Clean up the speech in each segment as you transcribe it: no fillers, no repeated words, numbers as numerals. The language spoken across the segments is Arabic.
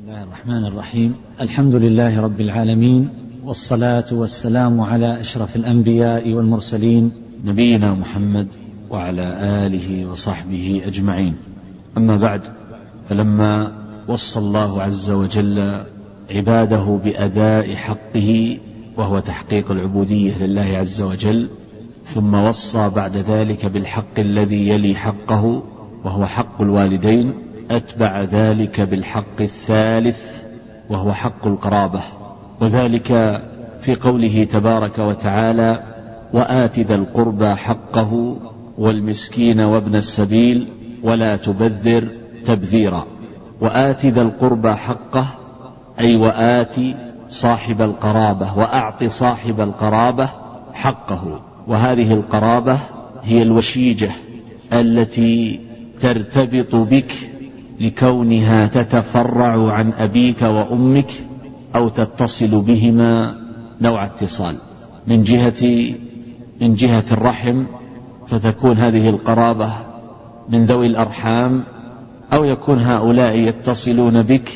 بسم الله الرحمن الرحيم. الحمد لله رب العالمين، والصلاة والسلام على أشرف الأنبياء والمرسلين نبينا محمد وعلى آله وصحبه أجمعين. أما بعد، فلما وصى الله عز وجل عباده بأداء حقه وهو تحقيق العبودية لله عز وجل، ثم وصى بعد ذلك بالحق الذي يلي حقه وهو حق الوالدين، أتبع ذلك بالحق الثالث وهو حق القرابة، وذلك في قوله تبارك وتعالى: وآت ذا القربى حقه والمسكين وابن السبيل ولا تبذر تبذيرا. وآت ذا القربى حقه أي وآت صاحب القرابة، وأعط صاحب القرابة حقه. وهذه القرابة هي الوشيجة التي ترتبط بك لكونها تتفرع عن أبيك وأمك أو تتصل بهما نوع اتصال من جهة الرحم، فتكون هذه القرابة من ذوي الأرحام، أو يكون هؤلاء يتصلون بك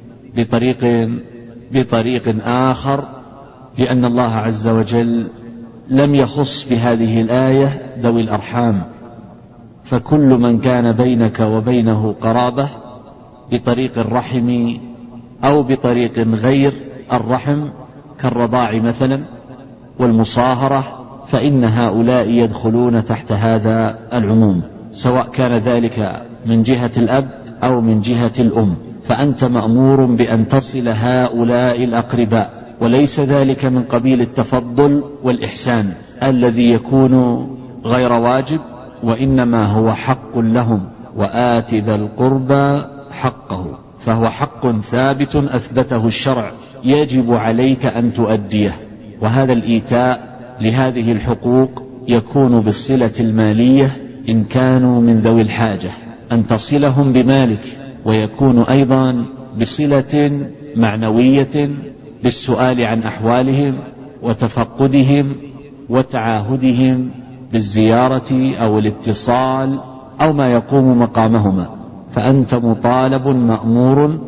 بطريق آخر، لأن الله عز وجل لم يخص بهذه الآية ذوي الأرحام، فكل من كان بينك وبينه قرابة بطريق الرحم أو بطريق غير الرحم كالرضاع مثلا والمصاهرة، فإن هؤلاء يدخلون تحت هذا العموم، سواء كان ذلك من جهة الأب أو من جهة الأم. فأنت مأمور بأن تصل هؤلاء الأقرباء، وليس ذلك من قبيل التفضل والإحسان الذي يكون غير واجب، وإنما هو حق لهم. وآت ذا القربى حقه، فهو حق ثابت أثبته الشرع يجب عليك أن تؤديه. وهذا الإيتاء لهذه الحقوق يكون بالصلة المالية إن كانوا من ذوي الحاجة، أن تصلهم بمالك، ويكون أيضا بصلة معنوية بالسؤال عن أحوالهم وتفقدهم وتعاهدهم بالزيارة أو الاتصال أو ما يقوم مقامهما. فأنت مطالب مأمور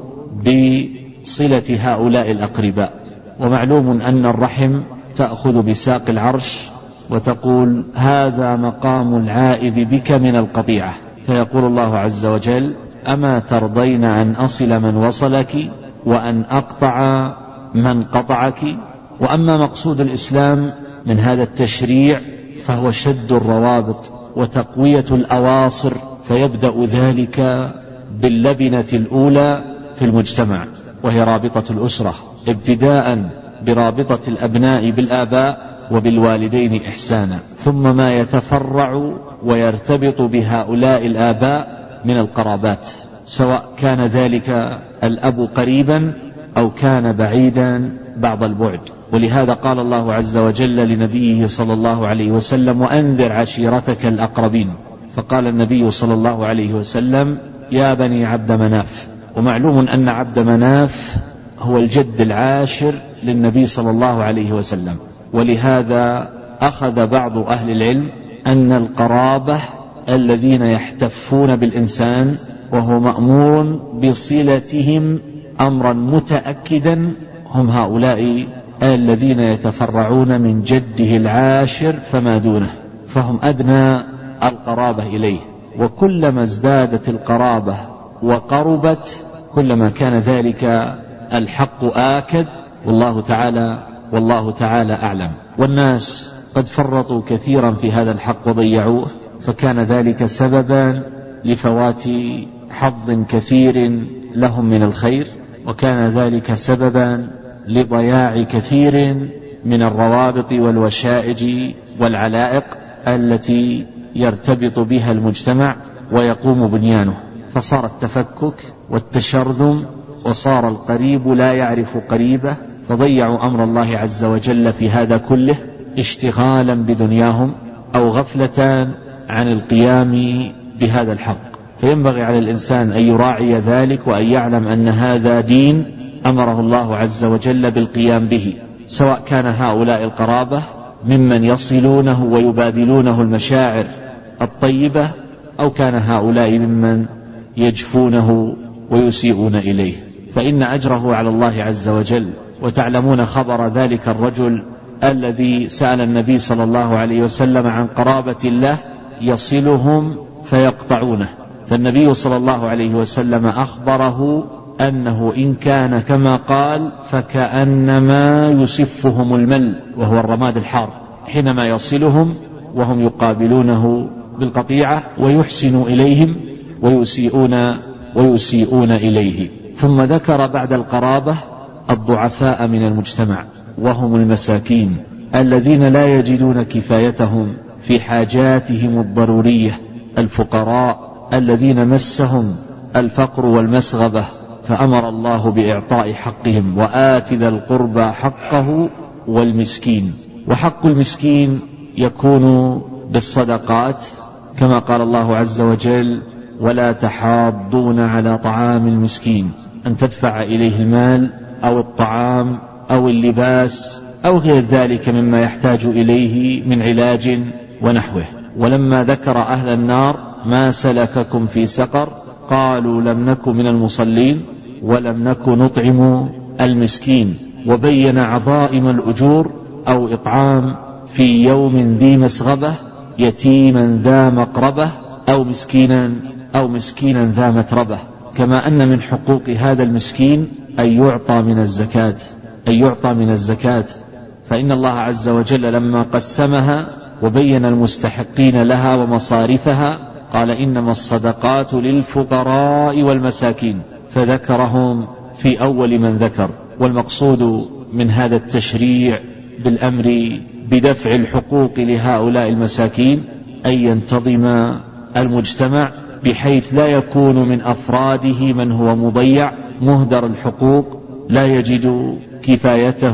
بصلة هؤلاء الأقرباء. ومعلوم أن الرحم تأخذ بساق العرش وتقول: هذا مقام العائذ بك من القطيعة. فيقول الله عز وجل: أما ترضين أن أصل من وصلك وأن أقطع من قطعك. وأما مقصود الإسلام من هذا التشريع فهو شد الروابط وتقوية الأواصر، فيبدأ ذلك باللبنة الأولى في المجتمع، وهي رابطة الأسرة، ابتداء برابطة الأبناء بالآباء وبالوالدين إحسانا، ثم ما يتفرع ويرتبط بهؤلاء الآباء من القرابات، سواء كان ذلك الأب قريبا أو كان بعيدا بعض البعد. ولهذا قال الله عز وجل لنبيه صلى الله عليه وسلم: وأنذر عشيرتك الأقربين. فقال النبي صلى الله عليه وسلم: يا بني عبد مناف. ومعلوم أن عبد مناف هو الجد العاشر للنبي صلى الله عليه وسلم. ولهذا أخذ بعض أهل العلم أن القرابة الذين يحتفون بالإنسان وهو مأمور بصلتهم أمرا متأكدا هم هؤلاء الذين يتفرعون من جده العاشر فما دونه، فهم أدنى القرابة إليه. وكلما ازدادت القرابة وقربت كلما كان ذلك الحق آكد، والله تعالى أعلم. والناس قد فرطوا كثيرا في هذا الحق وضيعوه، فكان ذلك سببا لفوات حظ كثير لهم من الخير، وكان ذلك سببا لضياع كثير من الروابط والوشائج والعلائق التي يرتبط بها المجتمع ويقوم بنيانه، فصار التفكك والتشرذم، وصار القريب لا يعرف قريبه، فضيعوا أمر الله عز وجل في هذا كله اشتغالا بدنياهم أو غفلة عن القيام بهذا الحق. فينبغي على الإنسان أن يراعي ذلك، وأن يعلم أن هذا دين أمره الله عز وجل بالقيام به، سواء كان هؤلاء القرابة ممن يصلونه ويبادلونه المشاعر الطيبة، أو كان هؤلاء ممن يجفونه ويسيئون إليه. فإن أجره على الله عز وجل. وتعلمون خبر ذلك الرجل الذي سأل النبي صلى الله عليه وسلم عن قرابة الله يصلهم فيقطعونه، فالنبي صلى الله عليه وسلم أخبره أنه إن كان كما قال فكأنما يسفهم المل، وهو الرماد الحار، حينما يصلهم وهم يقابلونه بالقطيعة ويحسن إليهم ويسيئون إليه. ثم ذكر بعد القرابة الضعفاء من المجتمع، وهم المساكين الذين لا يجدون كفايتهم في حاجاتهم الضرورية، الفقراء الذين مسهم الفقر والمسغبة، فأمر الله بإعطاء حقهم: وآت ذا القربى حقه والمسكين. وحق المسكين يكون بالصدقات كما قال الله عز وجل: ولا تحاضون على طعام المسكين، أن تدفع إليه المال أو الطعام أو اللباس أو غير ذلك مما يحتاج إليه من علاج ونحوه. ولما ذكر أهل النار: ما سلككم في سقر؟ قالوا لم نك من المصلين ولم نك نطعم المسكين، وبين عظائم الأجور: أو إطعام في يوم ذي مسغبة، يتيما ذا مقربة، أو مسكينا ذا متربة. كما أن من حقوق هذا المسكين أن يعطى من الزكاة، فإن الله عز وجل لما قسمها وبين المستحقين لها ومصارفها قال: إنما الصدقات للفقراء والمساكين، فذكرهم في أول من ذكر. والمقصود من هذا التشريع بالأمر بدفع الحقوق لهؤلاء المساكين أن ينتظم المجتمع بحيث لا يكون من أفراده من هو مضيع مهدر الحقوق لا يجد كفايته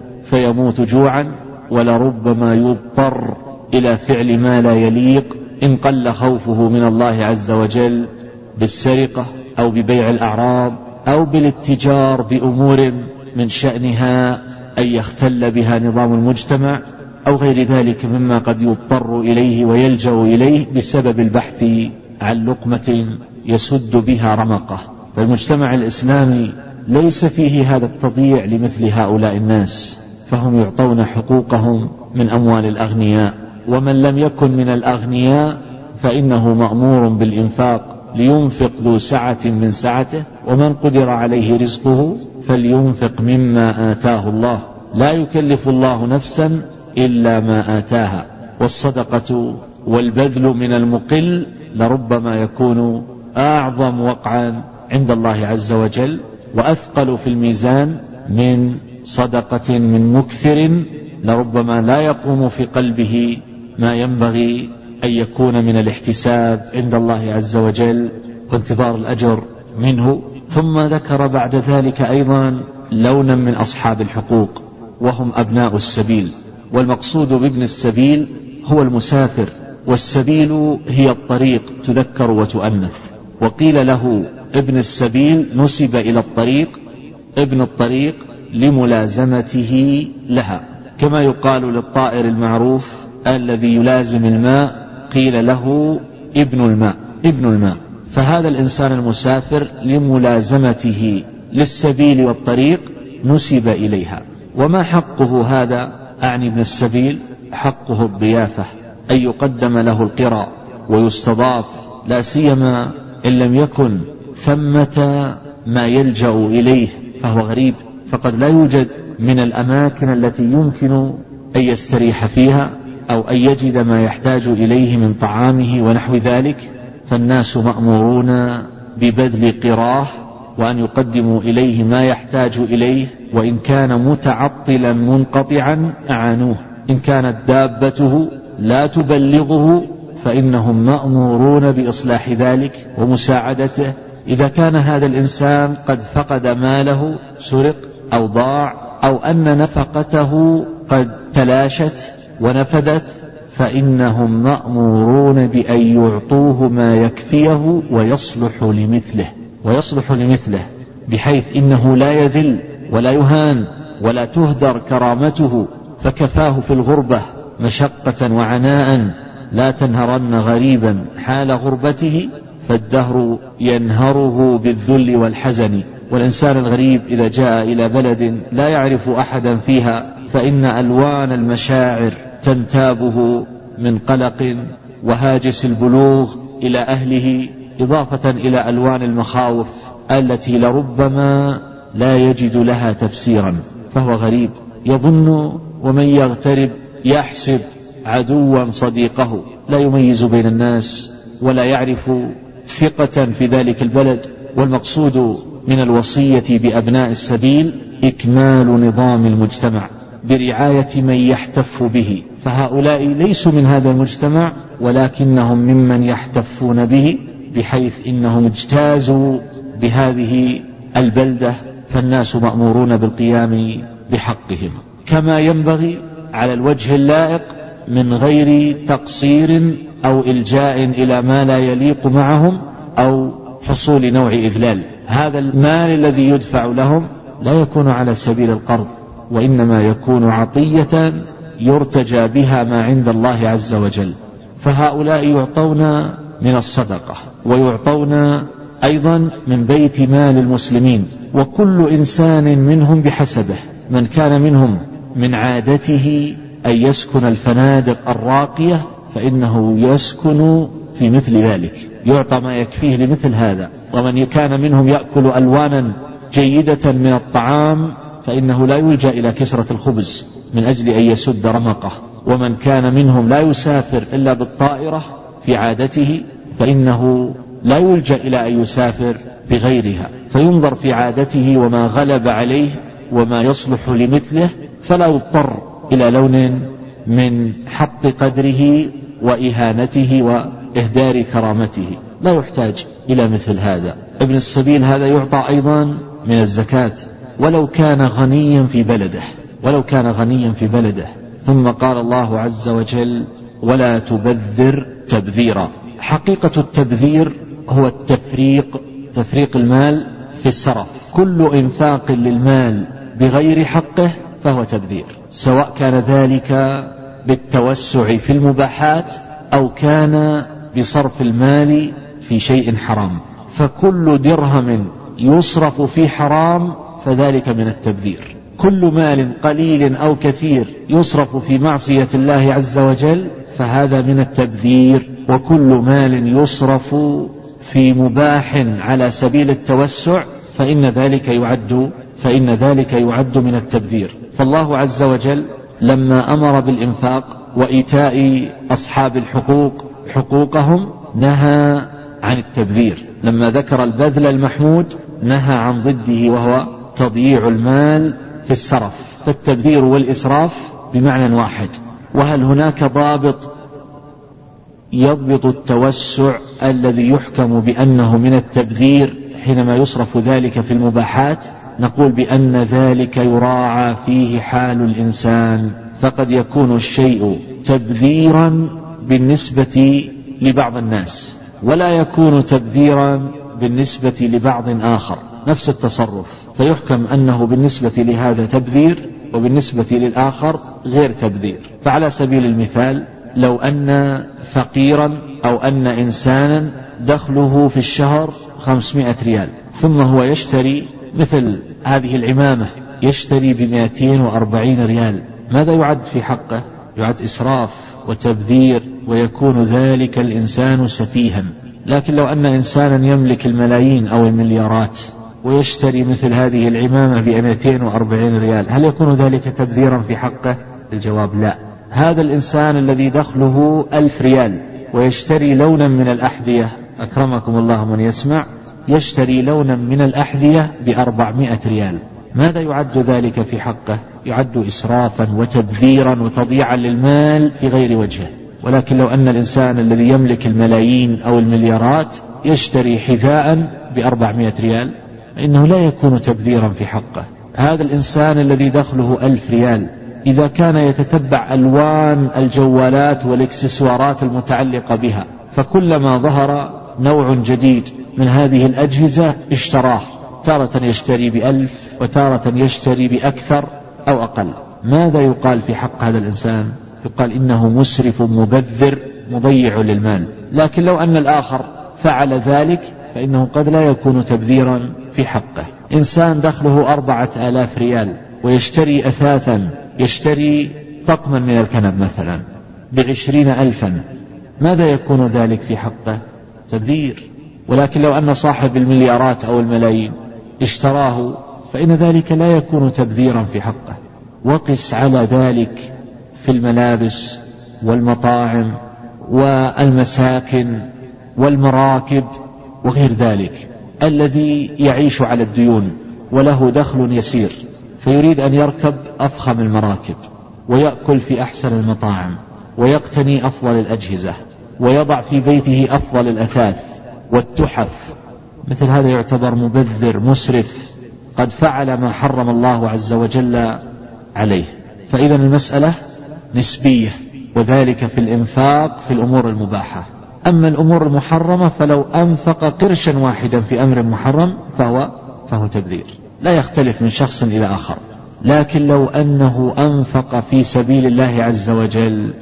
فيموت جوعا، ولربما يضطر إلى فعل ما لا يليق إن قل خوفه من الله عز وجل بالسرقة أو ببيع الأعراض أو بالاتجار بأمور من شأنها أن يختل بها نظام المجتمع أو غير ذلك مما قد يضطر إليه ويلجأ إليه بسبب البحث عن لقمة يسد بها رمقه. فالمجتمع الإسلامي ليس فيه هذا التضييع لمثل هؤلاء الناس، فهم يعطون حقوقهم من أموال الأغنياء، ومن لم يكن من الأغنياء فإنه مأمور بالإنفاق لينفق ذو سعة من سعته، ومن قدر عليه رزقه فلينفق مما آتاه الله، لا يكلف الله نفسا إلا ما آتاها. والصدقة والبذل من المقل لربما يكون أعظم وقعا عند الله عز وجل وأثقل في الميزان من صدقة من مكثر لربما لا يقوم في قلبه ما ينبغي أن يكون من الاحتساب عند الله عز وجل وانتظار الأجر منه. ثم ذكر بعد ذلك أيضا لونا من أصحاب الحقوق وهم أبناء السبيل. والمقصود بابن السبيل هو المسافر، والسبيل هي الطريق تذكر وتؤنث، وقيل له ابن السبيل نسب إلى الطريق، ابن الطريق لملازمته لها، كما يقال للطائر المعروف الذي يلازم الماء قيل له ابن الماء. فهذا الإنسان المسافر لملازمته للسبيل والطريق نسب إليها. وما حقه هذا؟ أعني ابن السبيل حقه الضيافة، أن يقدم له القرى ويستضاف، لا سيما إن لم يكن ثمة ما يلجأ إليه فهو غريب، فقد لا يوجد من الأماكن التي يمكن أن يستريح فيها أو أن يجد ما يحتاج إليه من طعامه ونحو ذلك، فالناس مأمورون ببذل قراه وأن يقدموا إليه ما يحتاج إليه، وإن كان متعطلا منقطعا أعانوه، إن كانت دابته لا تبلغه فإنهم مأمورون بإصلاح ذلك ومساعدته. إذا كان هذا الإنسان قد فقد ماله، سرق أو ضاع، أو أن نفقته قد تلاشت ونفدت، فإنهم مأمورون بأن يعطوه ما يكفيه ويصلح لمثله بحيث إنه لا يذل ولا يهان ولا تهدر كرامته، فكفاه في الغربة مشقة وعناء، لا تنهرن غريبا حال غربته، فالدهر ينهره بالذل والحزن، والإنسان الغريب إذا جاء إلى بلد لا يعرف أحدا فيها فإن ألوان المشاعر تنتابه من قلق وهاجس البلوغ إلى أهله، إضافة إلى ألوان المخاوف التي لربما لا يجد لها تفسيرا، فهو غريب يظن، ومن يغترب يحسب عدوا صديقه، لا يميز بين الناس ولا يعرف ثقة في ذلك البلد. والمقصود من الوصية بأبناء السبيل إكمال نظام المجتمع برعاية من يحتف به، فهؤلاء ليسوا من هذا المجتمع ولكنهم ممن يحتفون به، بحيث إنهم اجتازوا بهذه البلدة، فالناس مأمورون بالقيام بحقهم كما ينبغي على الوجه اللائق من غير تقصير أو إلجاء إلى ما لا يليق معهم أو حصول نوع إذلال. هذا المال الذي يدفع لهم لا يكون على سبيل القرض، وإنما يكون عطية يرتجى بها ما عند الله عز وجل. فهؤلاء يعطون من الصدقة ويعطون أيضا من بيت مال المسلمين، وكل إنسان منهم بحسبه. من كان منهم من عادته أن يسكن الفنادق الراقية فإنه يسكن في مثل ذلك، يعطى ما يكفيه لمثل هذا. ومن كان منهم يأكل ألوانا جيدة من الطعام فإنه لا يلجأ إلى كسرة الخبز من أجل أن يسد رمقه. ومن كان منهم لا يسافر إلا بالطائرة في عادته فإنه لا يلجأ إلى أن يسافر بغيرها، فينظر في عادته وما غلب عليه وما يصلح لمثله، فلا يضطر إلى لون من حط قدره وإهانته وإهدار كرامته، لا يحتاج إلى مثل هذا. ابن السبيل هذا يعطى أيضا من الزكاة ولو كان غنيا في بلده، ثم قال الله عز وجل ولا تبذر تبذيرا. حقيقة التبذير هو تفريق المال في السرف. كل إنفاق للمال بغير حقه فهو تبذير، سواء كان ذلك بالتوسع في المباحات أو كان بصرف المال في شيء حرام. فكل درهم يصرف في حرام فذلك من التبذير. كل مال قليل أو كثير يصرف في معصية الله عز وجل فهذا من التبذير. وكل مال يصرف في مباح على سبيل التوسع فإن ذلك يعد من التبذير. فالله عز وجل لما أمر بالإنفاق وإيتاء أصحاب الحقوق حقوقهم نهى عن التبذير. لما ذكر البذل المحمود نهى عن ضده وهو تضييع المال في السرف. فالتبذير والإسراف بمعنى واحد. وهل هناك ضابط يضبط التوسع الذي يحكم بأنه من التبذير حينما يصرف ذلك في المباحات؟ نقول بأن ذلك يراعى فيه حال الإنسان، فقد يكون الشيء تبذيرا بالنسبة لبعض الناس ولا يكون تبذيرا بالنسبة لبعض آخر، نفس التصرف، فيحكم أنه بالنسبة لهذا تبذير وبالنسبة للآخر غير تبذير. فعلى سبيل المثال لو أن فقيرا أو أن إنسانا دخله في الشهر 500 ريال ثم هو يشتري مثل هذه العمامة يشتري ب240 ريال، ماذا يعد في حقه؟ يعد إسراف وتبذير ويكون ذلك الإنسان سفيها. لكن لو أن إنسانا يملك الملايين أو المليارات ويشتري مثل هذه العمامة ب240 ريال هل يكون ذلك تبذيرا في حقه؟ الجواب لا. هذا الإنسان الذي دخله 1000 ريال ويشتري لونا من الأحذية، أكرمكم الله من يسمع، يشتري لونا من الأحذية ب400 ريال، ماذا يعد ذلك في حقه؟ يعد إسرافا وتبذيرا وتضييعا للمال في غير وجهه. ولكن لو أن الإنسان الذي يملك الملايين أو المليارات يشتري حذاء ب400 ريال إنه لا يكون تبذيرا في حقه. هذا الإنسان الذي دخله 1000 ريال إذا كان يتتبع ألوان الجوالات والإكسسوارات المتعلقة بها فكلما ظهر نوع جديد من هذه الأجهزة اشتراه، تارة يشتري ب1000 وتارة يشتري بأكثر أو أقل. ماذا يقال في حق هذا الإنسان؟ يقال إنه مسرف مبذر مضيع للمال. لكن لو أن الآخر فعل ذلك فإنه قد لا يكون تبذيرا في حقه. إنسان دخله 4000 ريال ويشتري أثاثا، يشتري طقما من الكنب مثلا ب20,000، ماذا يكون ذلك في حقه؟ تبذير. ولكن لو أن صاحب المليارات أو الملايين اشتراه فإن ذلك لا يكون تبذيرا في حقه. وقس على ذلك في الملابس والمطاعم والمساكن والمراكب وغير ذلك. الذي يعيش على الديون وله دخل يسير فيريد أن يركب أفخم المراكب ويأكل في أحسن المطاعم ويقتني أفضل الأجهزة ويضع في بيته أفضل الأثاث والتحف، مثل هذا يعتبر مبذر مسرف قد فعل ما حرم الله عز وجل عليه. فإذا المسألة نسبية، وذلك في الإنفاق في الأمور المباحة. أما الأمور المحرمة فلو أنفق قرشا واحدا في أمر محرم فهو تبذير، لا يختلف من شخص إلى آخر. لكن لو أنه أنفق في سبيل الله عز وجل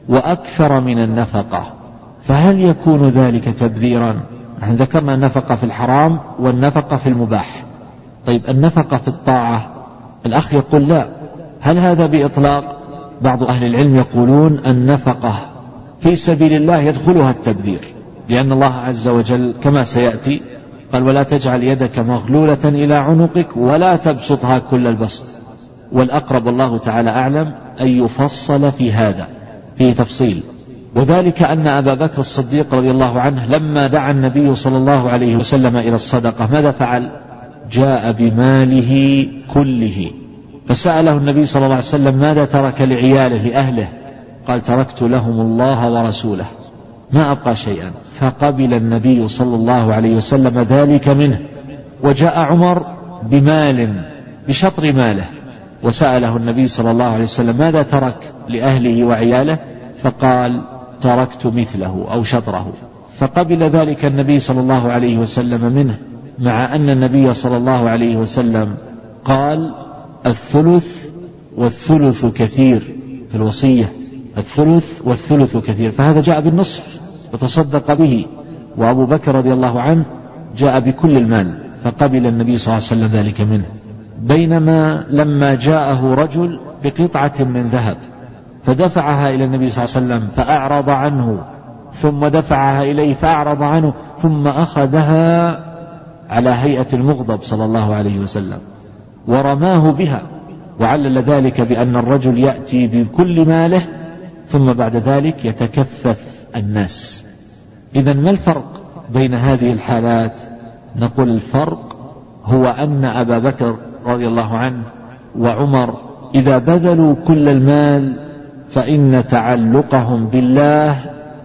وأكثر من النفقة فهل يكون ذلك تبذيرا؟ نحن ذكرنا النفقة في الحرام والنفقة في المباح. طيب النفقة في الطاعة الأخ يقول لا، هل هذا بإطلاق؟ بعض أهل العلم يقولون النفقة في سبيل الله يدخلها التبذير، لأن الله عز وجل كما سيأتي قال ولا تجعل يدك مغلولة إلى عنقك ولا تبسطها كل البسط. والأقرب الله تعالى أعلم أن يفصل في هذا، فيه تفصيل. وذلك أن أبا بكر الصديق رضي الله عنه لما دعا النبي صلى الله عليه وسلم إلى الصدقة ماذا فعل؟ جاء بماله كله، فسأله النبي صلى الله عليه وسلم ماذا ترك لعياله لأهله؟ قال تركت لهم الله ورسوله، ما أبقى شيئا. فقبل النبي صلى الله عليه وسلم ذلك منه. وجاء عمر بمال بشطر ماله وسأله النبي صلى الله عليه وسلم ماذا ترك لأهله وعياله؟ فقال تركت مثله أو شطره. فقبل ذلك النبي صلى الله عليه وسلم منه، مع أن النبي صلى الله عليه وسلم قال الثلث والثلث كثير في الوصية، الثلث والثلث كثير، فهذا جاء بالنصف وتصدق به. وأبو بكر رضي الله عنه جاء بكل المال فقبل النبي صلى الله عليه وسلم ذلك منه. بينما لما جاءه رجل بقطعة من ذهب فدفعها إلى النبي صلى الله عليه وسلم فأعرض عنه، ثم دفعها إليه فأعرض عنه، ثم أخذها على هيئة المغضب صلى الله عليه وسلم ورماه بها، وعلل ذلك بأن الرجل يأتي بكل ماله ثم بعد ذلك يتكفف الناس. إذن ما الفرق بين هذه الحالات؟ نقول الفرق هو أن أبا بكر رضي الله عنه وعمر إذا بذلوا كل المال فإن تعلقهم بالله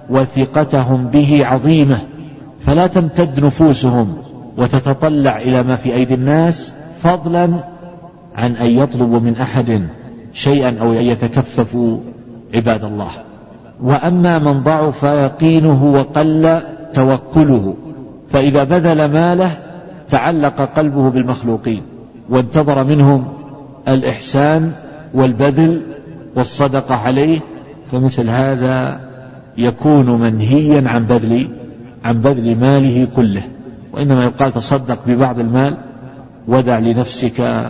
وثقتهم به عظيمة، فلا تمتد نفوسهم وتتطلع إلى ما في أيدي الناس، فضلا عن أن يطلبوا من أحد شيئا أو أن يتكففوا عباد الله. وأما من ضعف يقينه وقل توكله فإذا بذل ماله تعلق قلبه بالمخلوقين وانتظر منهم الإحسان والبذل والصدقة عليه، فمثل هذا يكون منهيا عن بذل ماله كله، وإنما يقال تصدق ببعض المال ودع لنفسك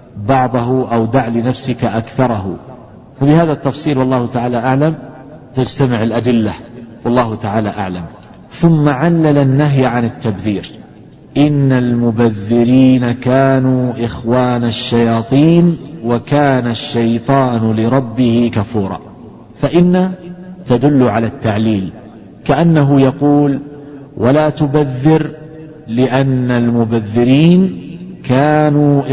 بعضه أو دع لنفسك أكثره. فبهذا التفصيل والله تعالى أعلم تجتمع الأدلة والله تعالى أعلم. ثم علل النهي عن التبذير: إن المبذرين كانوا إخوان الشياطين وكان الشيطان لربه كفورا. فإن تدل على التعليل، كأنه يقول ولا تبذر لأن المبذرين كانوا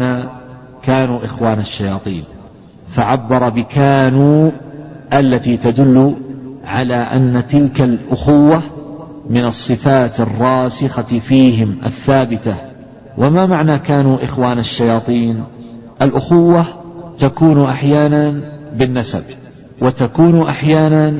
إخوان الشياطين، فعبر بكانوا التي تدل على أن تلك الأخوة من الصفات الراسخة فيهم الثابتة. وما معنى كانوا إخوان الشياطين؟ الأخوة تكون أحيانا بالنسب، وتكون أحيانا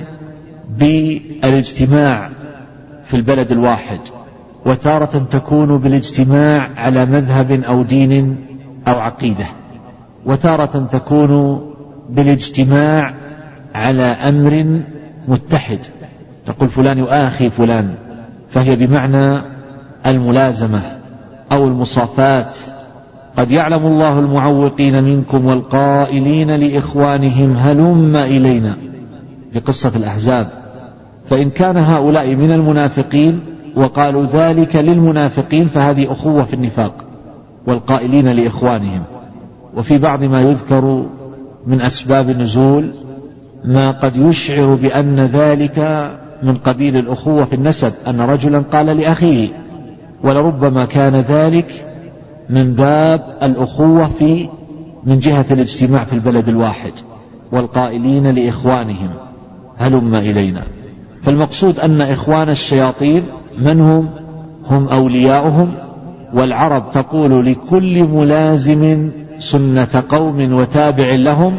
بالاجتماع في البلد الواحد، وتارة تكون بالاجتماع على مذهب أو دين أو عقيدة، وتارة تكون بالاجتماع على أمر متحد، تقول فلان يؤاخي فلان، فهي بمعنى الملازمة أو المصافات. قد يعلم الله المعوقين منكم والقائلين لإخوانهم هلم إلينا في قصة الأحزاب. فإن كان هؤلاء من المنافقين وقالوا ذلك للمنافقين فهذه أخوة في النفاق، والقائلين لإخوانهم. وفي بعض ما يذكر من أسباب النزول ما قد يشعر بأن ذلك من قبيل الأخوة في النسب، أن رجلا قال لأخيه، ولربما كان ذلك من باب الأخوة من جهة الاجتماع في البلد الواحد. والقائلين لإخوانهم هلم إلينا. فالمقصود أن إخوان الشياطين من هم أولياؤهم. والعرب تقول لكل ملازم سنة قوم وتابع لهم،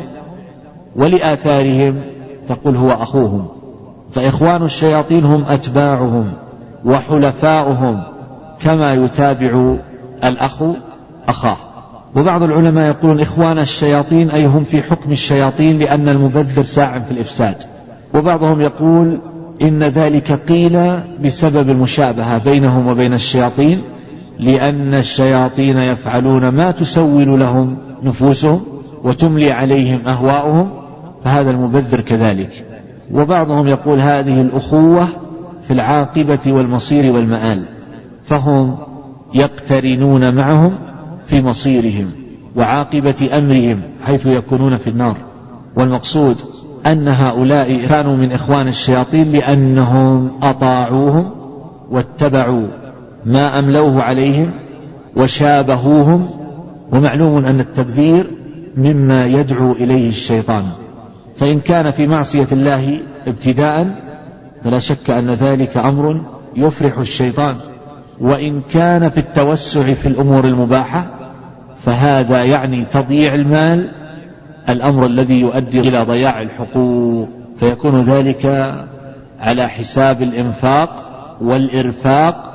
ولآثارهم تقول هو أخوهم. فإخوان الشياطين هم أتباعهم وحلفاؤهم كما يتابع الأخ أخاه. وبعض العلماء يقولون إخوان الشياطين أي هم في حكم الشياطين لأن المبذر ساع في الإفساد. وبعضهم يقول إن ذلك قيل بسبب المشابهة بينهم وبين الشياطين، لأن الشياطين يفعلون ما تسول لهم نفوسهم وتملي عليهم أهواؤهم، فهذا المبذر كذلك. وبعضهم يقول هذه الأخوة في العاقبة والمصير والمآل، فهم يقترنون معهم في مصيرهم وعاقبة أمرهم حيث يكونون في النار. والمقصود أن هؤلاء كانوا من إخوان الشياطين لأنهم أطاعوهم واتبعوا ما أملوه عليهم وشابهوهم. ومعلوم أن التبذير مما يدعو إليه الشيطان، فإن كان في معصية الله ابتداء فلا شك أن ذلك أمر يفرح الشيطان، وإن كان في التوسع في الأمور المباحة فهذا يعني تضييع المال، الأمر الذي يؤدي إلى ضياع الحقوق، فيكون ذلك على حساب الإنفاق والإرفاق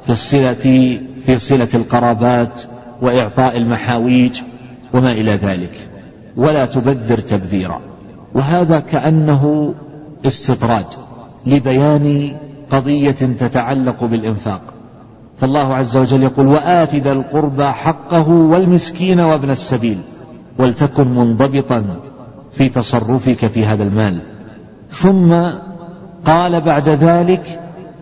في صلة القرابات وإعطاء المحاويج وما إلى ذلك. ولا تبذر تبذيرا. وهذا كأنه استطراد لبيان قضية تتعلق بالإنفاق. فالله عز وجل يقول وآت ذا القربى حقه والمسكين وابن السبيل ولتكن منضبطا في تصرفك في هذا المال. ثم قال بعد ذلك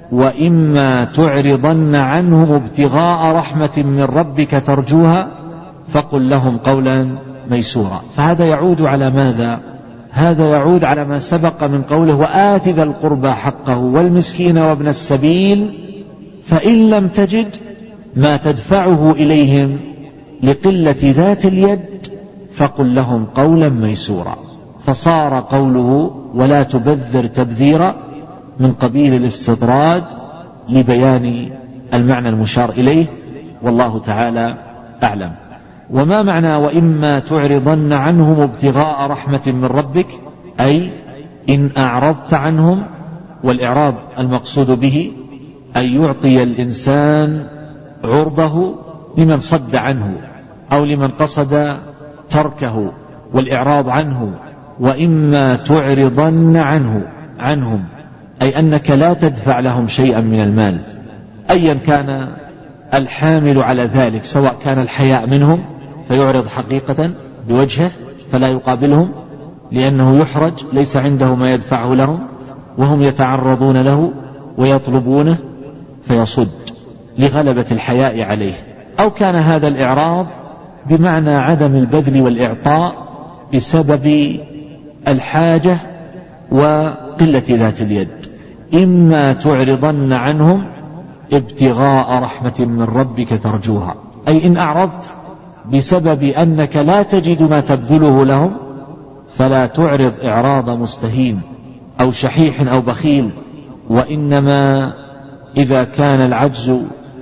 وإما تعرضن عنهم ابتغاء رحمة من ربك ترجوها فقل لهم قولا ميسورا. فهذا يعود على ماذا؟ هذا يعود على ما سبق من قوله وآت ذا القربى حقه والمسكين وابن السبيل، فإن لم تجد ما تدفعه إليهم لقلة ذات اليد فقل لهم قولا ميسورا. فصار قوله ولا تبذر تبذيرا من قبيل الاستطراد لبيان المعنى المشار إليه، والله تعالى أعلم. وما معنى وإما تعرضن عنهم ابتغاء رحمة من ربك؟ أي إن أعرضت عنهم، والإعراض المقصود به أن يعطي الإنسان عرضه لمن صد عنه أو لمن قصد تركه، والإعراض عنه. وإما تعرضن عنهم أي أنك لا تدفع لهم شيئا من المال، أيا كان الحامل على ذلك، سواء كان الحياء منهم فيعرض حقيقة بوجهه فلا يقابلهم لأنه يحرج ليس عنده ما يدفعه لهم، وهم يتعرضون له ويطلبونه فيصد لغلبة الحياء عليه، أو كان هذا الإعراض بمعنى عدم البذل والإعطاء بسبب الحاجة وقلة ذات اليد. إما تعرضن عنهم ابتغاء رحمة من ربك ترجوها، أي إن أعرضت بسبب أنك لا تجد ما تبذله لهم فلا تعرض إعراض مستهين أو شحيح أو بخيل، وإنما إذا كان العجز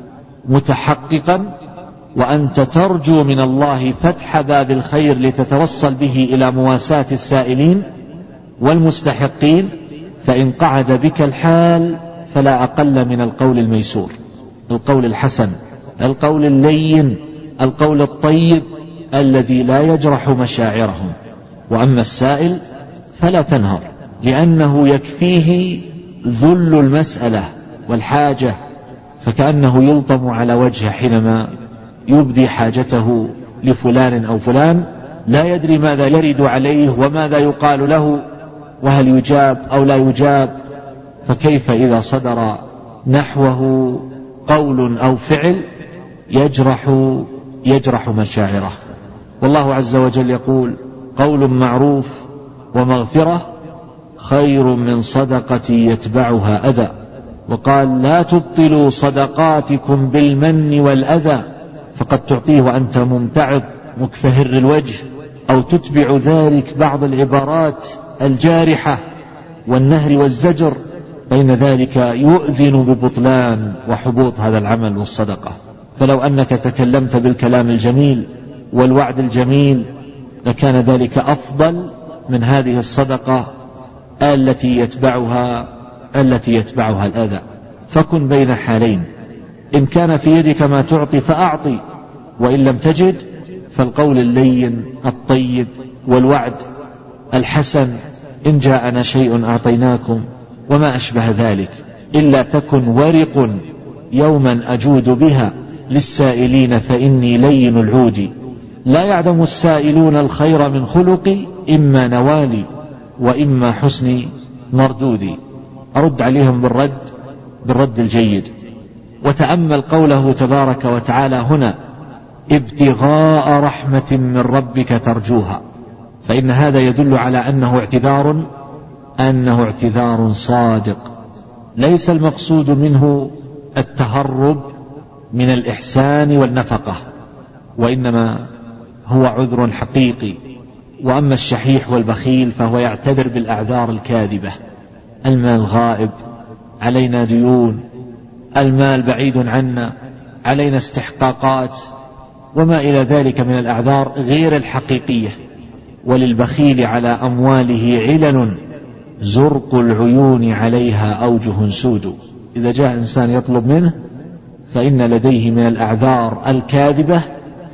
متحققا وأنت ترجو من الله فتح باب الخير لتتوصل به إلى مواساة السائلين والمستحقين، فإن قعد بك الحال فلا أقل من القول الميسور، القول الحسن، القول اللين، القول الطيب الذي لا يجرح مشاعرهم. وأما السائل فلا تنهر، لأنه يكفيه ذل المسألة والحاجة، فكأنه يلطم على وجهه حينما يبدي حاجته لفلان أو فلان، لا يدري ماذا يرد عليه وماذا يقال له وهل يجاب أو لا يجاب. فكيف إذا نحوه قول أو فعل يجرح مشاعره. والله عز وجل يقول: قول معروف ومغفرة خير من صدقة يتبعها أذى. وقال: لا تبطلوا صدقاتكم بالمن والأذى، فقد تعطيه وأنت ممتعض مكفهر الوجه، أو تتبع ذلك بعض العبارات الجارحة والنهر والزجر، فإن ذلك يؤذن ببطلان وحبوط هذا العمل والصدقة. فلو أنك تكلمت بالكلام الجميل والوعد الجميل لكان ذلك أفضل من هذه الصدقة التي يتبعها الأذى. فكن بين حالين: إن كان في يدك ما تعطي فأعطي، وإن لم تجد فالقول اللين الطيب والوعد الحسن: إن جاءنا شيء أعطيناكم، وما أشبه ذلك. إلا تكن ورق يوما أجود بها للسائلين فإني لين العود. لا يعدم السائلون الخير من خلقي، إما نوالي وإما حسن مردودي. أرد عليهم بالرد الجيد. وتأمل قوله تبارك وتعالى هنا: ابتغاء رحمة من ربك ترجوها، فإن هذا يدل على أنه اعتذار صادق، ليس المقصود منه التهرب من الإحسان والنفقة، وإنما هو عذر حقيقي. وأما الشحيح والبخيل فهو يعتذر بالأعذار الكاذبة: المال غائب، علينا ديون، المال بعيد عنا، علينا استحقاقات، وما إلى ذلك من الأعذار غير الحقيقية. وللبخيل على أمواله علل، زرق العيون عليها أوجه سود. إذا جاء إنسان يطلب منه فإن لديه من الأعذار الكاذبة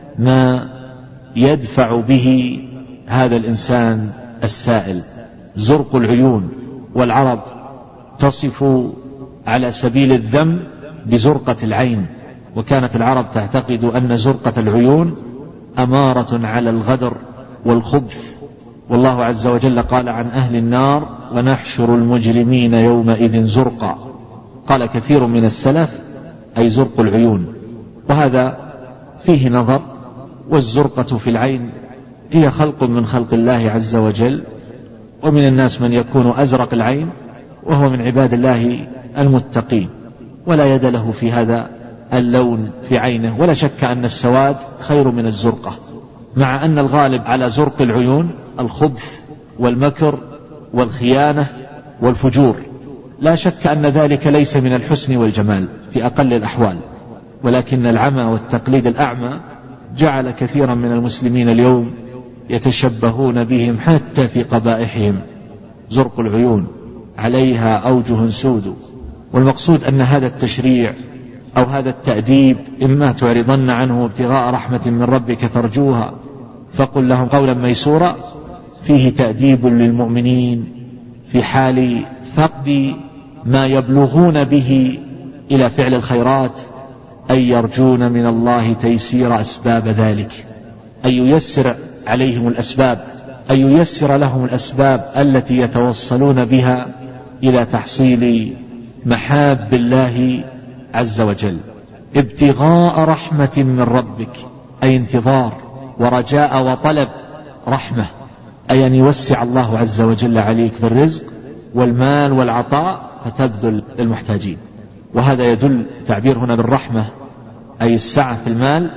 ما يدفع به هذا الإنسان السائل. زرق العيون، والعرب تصف على سبيل الذم بزرقة العين، وكانت العرب تعتقد أن زرقة العيون أمارة على الغدر والخبث. والله عز وجل قال عن أهل النار: ونحشر المجرمين يومئذ زرقا. قال كثير من السلف: أي زرق العيون. وهذا فيه نظر. والزرقة في العين هي خلق من خلق الله عز وجل، ومن الناس من يكون أزرق العين وهو من عباد الله المتقين، ولا يد له في هذا اللون في عينه. ولا شك أن السواد خير من الزرقة، مع أن الغالب على زرق العيون الخبث والمكر والخيانة والفجور. لا شك أن ذلك ليس من الحسن والجمال في أقل الأحوال، ولكن العمى والتقليد الأعمى جعل كثيرا من المسلمين اليوم يتشبهون بهم حتى في قبائحهم. زرق العيون عليها أوجه سود. والمقصود أن هذا التشريع أو هذا التأديب: إما تعرضن عنه ابتغاء رحمة من ربك ترجوها فقل لهم قولا ميسورا، فيه تأديب للمؤمنين في حال فقد ما يبلغون به إلى فعل الخيرات، أن يرجون من الله تيسير أسباب ذلك، أن ييسر عليهم الأسباب، أن ييسر لهم الأسباب التي يتوصلون بها إلى تحصيل محاب الله عز وجل. ابتغاء رحمة من ربك، أي انتظار ورجاء وطلب رحمة، أي أن يوسع الله عز وجل عليك بالرزق والمال والعطاء فتبذل للمحتاجين. وهذا يدل، تعبير هنا بالرحمة أي السعة في المال،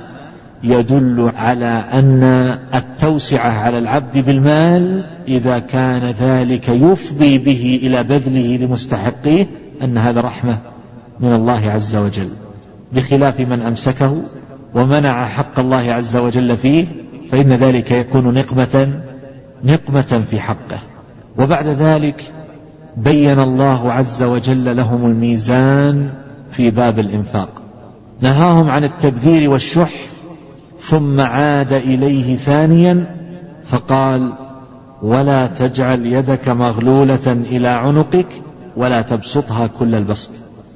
يدل على أن التوسعة على العبد بالمال إذا كان ذلك يفضي به إلى بذله لمستحقيه أن هذا رحمة من الله عز وجل، بخلاف من أمسكه ومنع حق الله عز وجل فيه، فإن ذلك يكون نقمة في حقه. وبعد ذلك بين الله عز وجل لهم الميزان في باب الإنفاق، نهاهم عن التبذير والشح، ثم عاد إليه ثانيا فقال: ولا تجعل يدك مغلولة إلى عنقك ولا تبسطها كل البسط.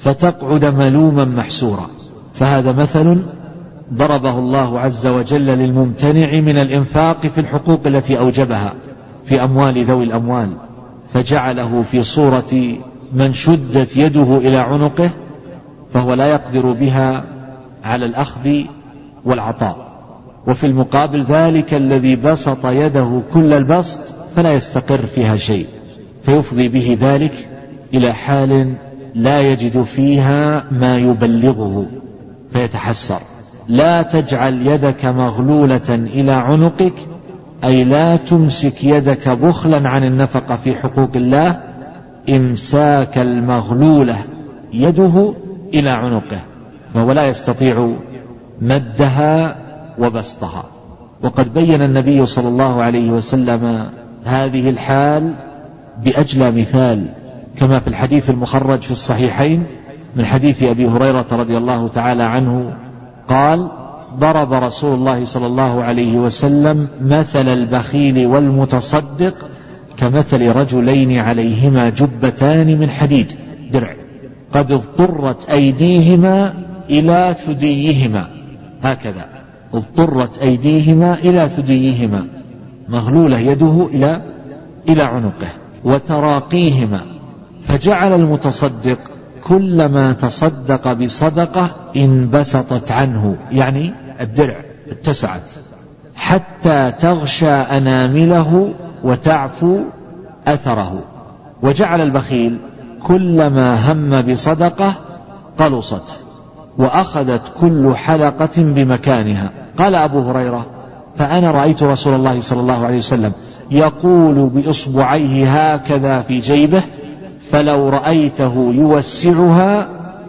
فتقعد ملوما محسورا. فهذا مثل ضربه الله عز وجل للممتنع من الإنفاق في الحقوق التي أوجبها في أموال ذوي الأموال، فجعله في صورة من شدت يده إلى عنقه فهو لا يقدر بها على الأخذ والعطاء، وفي المقابل ذلك الذي بسط يده كل البسط فلا يستقر فيها شيء، فيفضي به ذلك إلى حال لا يجد فيها ما يبلغه فيتحسر. لا تجعل يدك مغلولة إلى عنقك، أي لا تمسك يدك بخلا عن النفقة في حقوق الله إمساك المغلولة يده إلى عنقه، فهو لا يستطيع مدها وبسطها. وقد بين النبي صلى الله عليه وسلم هذه الحال بأجلى مثال، كما في الحديث المخرج في الصحيحين من حديث أبي هريرة رضي الله تعالى عنه قال: ضرب رسول الله صلى الله عليه وسلم مثل البخيل والمتصدق كمثل رجلين عليهما جبتان من حديد درع قد اضطرت أيديهما إلى ثديهما، هكذا اضطرت أيديهما إلى ثديهما، مغلولة يده إلى عنقه، وتراقيهما، فجعل المتصدق كلما تصدق بصدقة انبسطت عنه، يعني الدرع اتسعت حتى تغشى أنامله وتعفو أثره، وجعل البخيل كلما هم بصدقة قلصت وأخذت كل حلقة بمكانها. قال أبو هريرة: فأنا رأيت رسول الله صلى الله عليه وسلم يقول بإصبعيه هكذا في جيبه، فلو رأيته يوسعها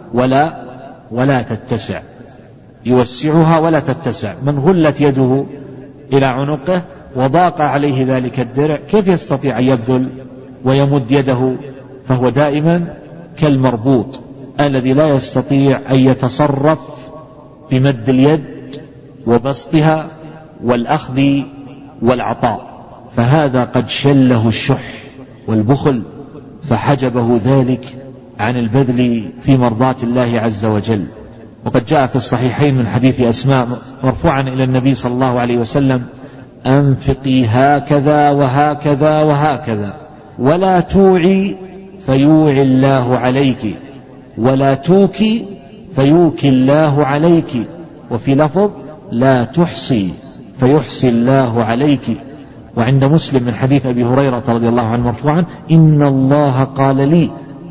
ولا تتسع، يوسعها ولا تتسع. من غلت يده إلى عنقه وضاق عليه ذلك الدرع كيف يستطيع أن يبذل ويمد يده؟ فهو دائما كالمربوط الذي لا يستطيع أن يتصرف بمد اليد وبسطها والأخذ والعطاء، فهذا قد شله الشح والبخل فحجبه ذلك عن البذل في مرضاة الله عز وجل. وقد جاء في الصحيحين من حديث أسماء مرفوعا إلى النبي صلى الله عليه وسلم: أنفقي هكذا وهكذا وهكذا، ولا توعي فيوعي الله عليك، ولا توكي فيوكي الله عليك، وفي لفظ: لا تحصي فيحصي الله عليك. وعند مسلم من حديث أبي هريرة رضي الله عنه مرفوعا: إن الله قال لي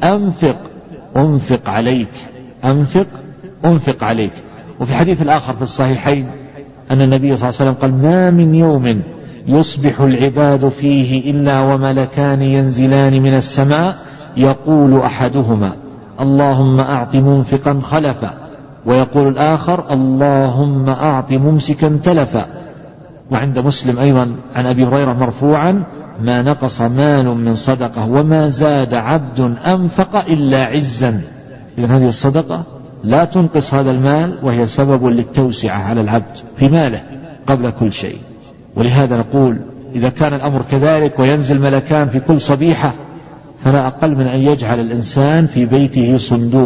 أنفق عليك، أنفق عليك. وفي الحديث الآخر في الصحيحين أن النبي صلى الله عليه وسلم قال: ما من يوم يصبح العباد فيه إلا وملكان ينزلان من السماء يقول أحدهما: اللهم أعط منفقا خلفا، ويقول الآخر: اللهم أعط ممسكا تلفا. وعند مسلم أيضا عن أبي هريرة مرفوعا: ما نقص مال من صدقة وما زاد عبد أنفق إلا عزا. إذن هذه الصدقة لا تنقص هذا المال، وهي سبب للتوسعة على العبد في ماله قبل كل شيء. ولهذا نقول: إذا كان الأمر كذلك وينزل ملكان في كل صبيحة، فلا أقل من أن يجعل الإنسان في بيته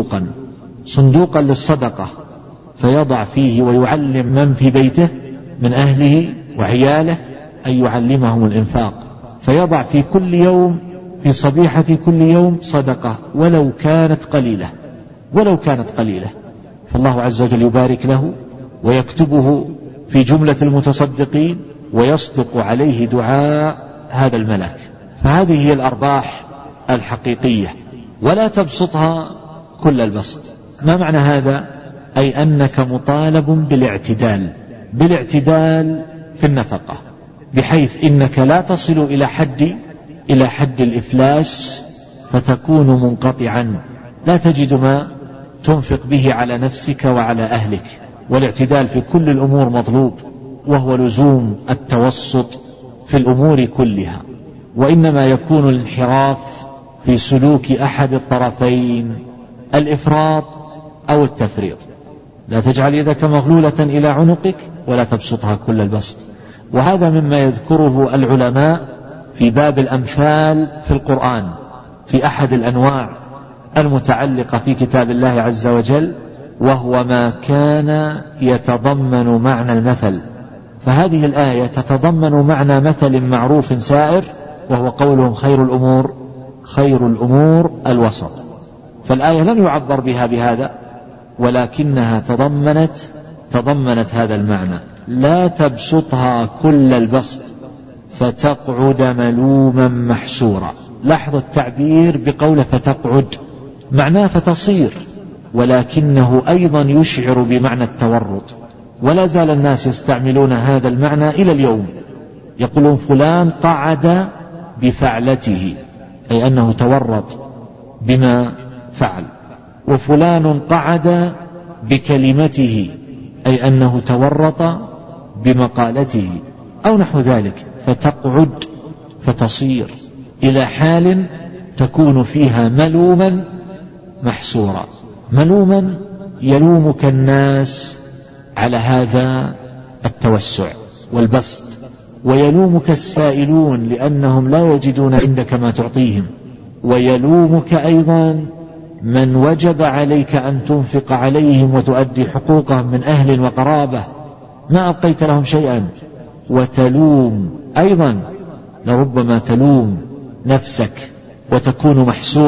صندوقا للصدقة، فيضع فيه ويعلم من في بيته من أهله وعياله أن يعلمهم الإنفاق، فيضع في كل يوم في صبيحة كل يوم صدقة ولو كانت قليلة، فالله عز وجل يبارك له ويكتبه في جملة المتصدقين ويصدق عليه دعاء هذا الملك. فهذه هي الأرباح الحقيقية، ولا تبسطها كل البسط. ما معنى هذا؟ أي أنك مطالب بالاعتدال في النفقة، بحيث إنك لا تصل إلى حد الإفلاس فتكون منقطعا، لا تجد ما تنفق به على نفسك وعلى أهلك. والاعتدال في كل الأمور مطلوب، وهو لزوم التوسط في الأمور كلها، وإنما يكون الانحراف في سلوك أحد الطرفين، الإفراط أو التفريط. لا تجعل يدك مغلولة إلى عنقك ولا تبسطها كل البسط. وهذا مما يذكره العلماء في باب الأمثال في القرآن، في أحد الأنواع المتعلقة في كتاب الله عز وجل، وهو ما كان يتضمن معنى المثل. فهذه الآية تتضمن معنى مثل معروف سائر، وهو قولهم خير الأمور الوسط. فالآية لم يعبر بها بهذا، ولكنها تضمنت هذا المعنى: لا تبسطها كل البسط فتقعد ملوما محسورا. لاحظ التعبير بقوله فتقعد، معناه فتصير، ولكنه أيضا يشعر بمعنى التورط. ولا زال الناس يستعملون هذا المعنى إلى اليوم، يقولون فلان قعد بفعلته، أي أنه تورط بما فعل، وفلان قعد بكلمته، أي أنه تورط بمقالته، أو نحو ذلك. فتقعد فتصير إلى حال تكون فيها ملوما محسورا. ملوما يلومك الناس على هذا التوسع والبسط، ويلومك السائلون لأنهم لا يجدون عندك ما تعطيهم، ويلومك أيضا من وجب عليك أن تنفق عليهم وتؤدي حقوقهم من أهل وقرابة ما أبقيت لهم شيئا. وتلوم أيضا، لربما تلوم نفسك وتكون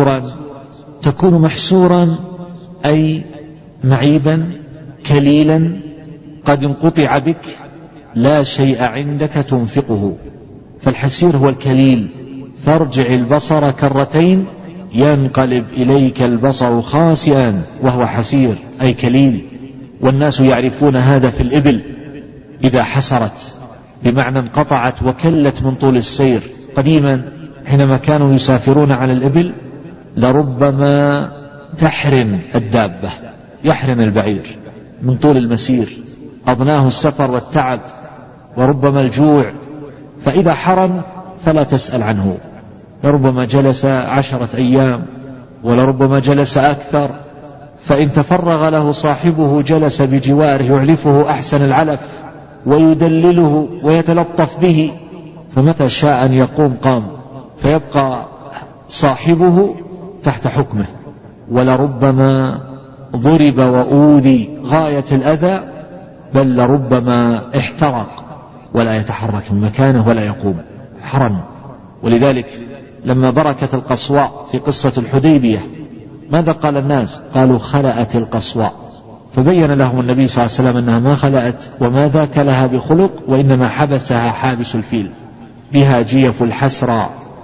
محسورا أي معيبا كليلا، قد انقطع بك، لا شيء عندك تنفقه. فالحسير هو الكليل. فارجع البصر كرتين ينقلب إليك البصر خاسئا وهو حسير أي كليل. والناس يعرفون هذا في الإبل إذا حسرت، بمعنى انقطعت وكلت من طول السير. قديما حينما كانوا يسافرون على الإبل لربما تحرن الدابة، يحرن البعير من طول المسير، أضناه السفر والتعب وربما الجوع، فإذا حرن فلا تسأل عنه، لربما جلس 10 أيام ولربما جلس أكثر، فإن تفرغ له صاحبه جلس بجواره يعلفه أحسن العلف ويدلله ويتلطف به، فمتى شاء أن يقوم قام، فيبقى صاحبه تحت حكمه. ولربما ضرب وأوذي غاية الأذى، بل لربما احترق ولا يتحرك من مكانه ولا يقوم، حرم. ولذلك لما بركت القصواء في قصة الحديبية ماذا قال الناس؟ قالوا خلأت القصواء، فبين لهم النبي صلى الله عليه وسلم أنها ما خلأت وما ذاك لها بخلق، وإنما حبسها حابس الفيل، بها جيف الحسرى،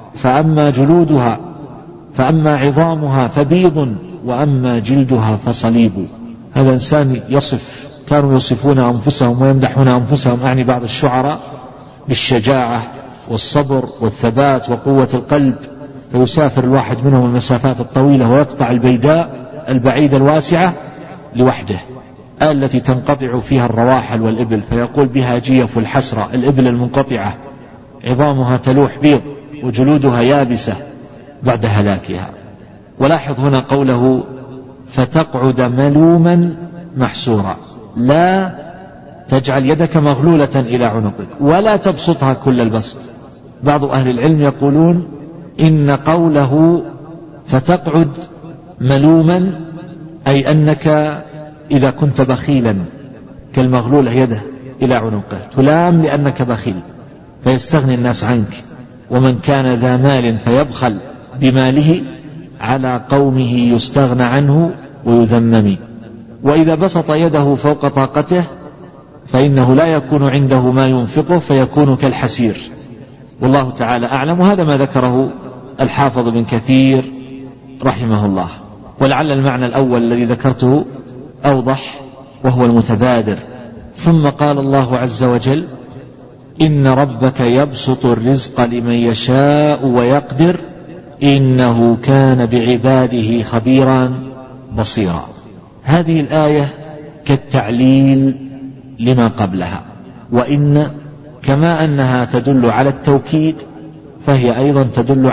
فأما عظامها فبيض وأما جلدها فصليب. هذا إنسان كانوا يصفون أنفسهم ويمدحون أنفسهم، أعني بعض الشعراء، بالشجاعة والصبر والثبات وقوة القلب، فيسافر الواحد منهم المسافات الطويلة ويقطع البيداء البعيدة الواسعة لوحده، التي تنقطع فيها الرواحل والإبل، فيقول بها جيف الحسرة، الإبل المنقطعة عظامها تلوح بيض وجلودها يابسة بعد هلاكها. ولاحظ هنا قوله فتقعد ملوما محسورا، لا تجعل يدك مغلولة إلى عنقك ولا تبسطها كل البسط. بعض أهل العلم يقولون إن قوله فتقعد ملوما أي أنك إذا كنت بخيلا كالمغلولة يده إلى عنقه تلام لأنك بخيل فيستغني الناس عنك، ومن كان ذا مال فيبخل بماله على قومه يستغنى عنه ويذمم. وإذا بسط يده فوق طاقته فإنه لا يكون عنده ما ينفقه فيكون كالحسير، والله تعالى أعلم. وهذا ما ذكره الحافظ بن كثير رحمه الله. ولعل المعنى الأول الذي ذكرته أوضح وهو المتبادر. ثم قال الله عز وجل إن ربك يبسط الرزق لمن يشاء ويقدر إنه كان بعباده خبيرا بصيرا. هذه الآية كالتعليل لما قبلها، وإن كما أنها تدل على التوكيد فهي أيضا تدل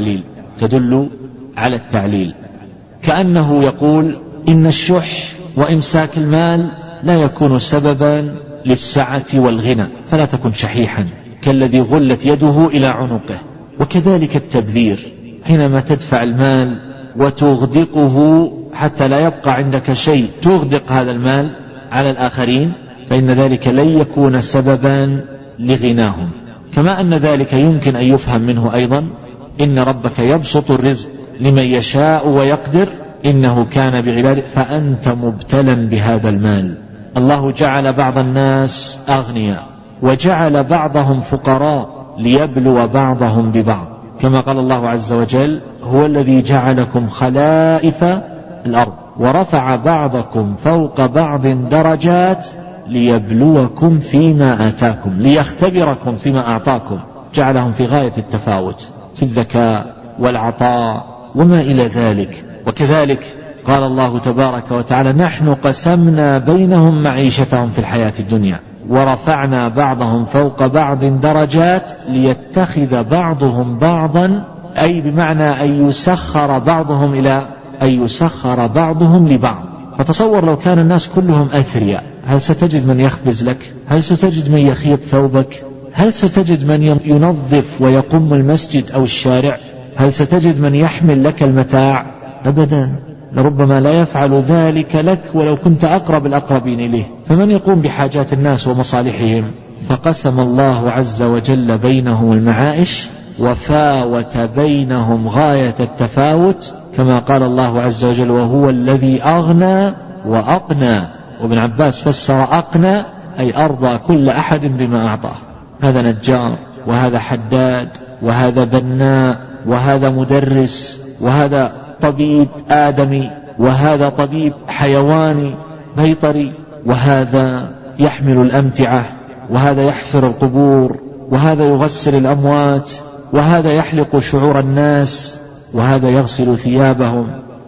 على التعليل، كأنه يقول إن الشح وإمساك المال لا يكون سببا للسعة والغنى، فلا تكن شحيحا كالذي غلت يده إلى عنقه. وكذلك التبذير، حينما تدفع المال وتغدقه حتى لا يبقى عندك شيء تغدق هذا المال على الآخرين، فإن ذلك لن يكون سببا لغناهم. كما أن ذلك يمكن أن يفهم منه أيضا إن ربك يبسط الرزق لمن يشاء ويقدر، إنه كان بعباده، فأنت مبتلا بهذا المال. الله جعل بعض الناس أغنياء وجعل بعضهم فقراء ليبلو بعضهم ببعض، كما قال الله عز وجل: هو الذي جعلكم خلائف الأرض ورفع بعضكم فوق بعض درجات ليبلوكم فيما آتاكم، ليختبركم فيما أعطاكم. جعلهم في غاية التفاوت في الذكاء والعطاء وما إلى ذلك. وكذلك قال الله تبارك وتعالى: نحن قسمنا بينهم معيشتهم في الحياة الدنيا ورفعنا بعضهم فوق بعض درجات ليتخذ بعضهم بعضا، أي بمعنى أن يسخر بعضهم لبعض. فتصور لو كان الناس كلهم أثرياء، هل ستجد من يخبز لك؟ هل ستجد من يخيط ثوبك؟ هل ستجد من ينظف ويقم المسجد أو الشارع؟ هل ستجد من يحمل لك المتاع؟ أبدا، لربما لا يفعل ذلك لك ولو كنت أقرب الأقربين إليه. فمن يقوم بحاجات الناس ومصالحهم؟ فقسم الله عز وجل بينهم المعائش وفاوت بينهم غاية التفاوت، كما قال الله عز وجل: وهو الذي أغنى وأقنى. وابن عباس فسر أقنى أي أرضى كل أحد بما أعطاه. هذا نجار، وهذا حداد، وهذا بناء، وهذا مدرس، وهذا طبيب آدمي، وهذا طبيب حيواني بيطري، وهذا يحمل الأمتعة، وهذا يحفر القبور، وهذا يغسل الأموات، وهذا يحلق شعور الناس، وهذا يغسل ثيابهم،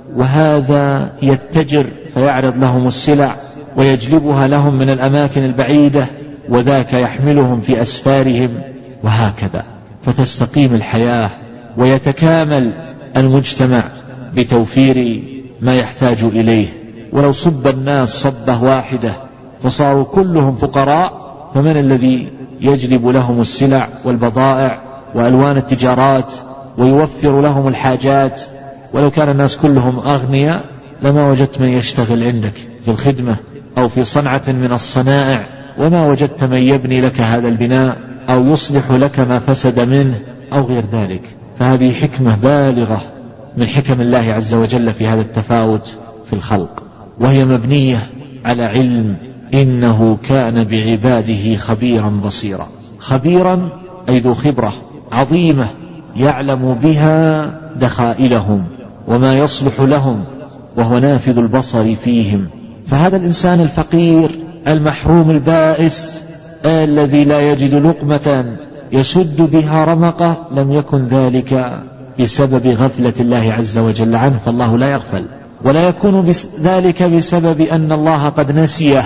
وهذا يتجر فيعرض لهم السلع ويجلبها لهم من الأماكن البعيدة، وذاك يحملهم في أسفارهم، وهكذا. فتستقيم الحياة ويتكامل المجتمع بتوفير ما يحتاج إليه. ولو صب الناس صبة واحدة فصاروا كلهم فقراء، فمن الذي يجلب لهم السلع والبضائع وألوان التجارات ويوفر لهم الحاجات؟ ولو كان الناس كلهم أغنياء لما وجدت من يشتغل عندك في الخدمة أو في صنعة من الصنائع، وما وجدت من يبني لك هذا البناء أو يصلح لك ما فسد منه أو غير ذلك. فهذه حكمة بالغة من حكم الله عز وجل في هذا التفاوت في الخلق، وهي مبنية على علم، إنه كان بعباده خبيرا بصيرا. خبيرا أي ذو خبرة عظيمة يعلم بها دخائلهم وما يصلح لهم، وهو نافذ البصر فيهم. فهذا الإنسان الفقير المحروم البائس الذي لا يجد لقمة يسد بها رمقه، لم يكن ذلك بسبب غفلة الله عز وجل عنه، فالله لا يغفل، ولا يكون ذلك بسبب أن الله قد نسيه،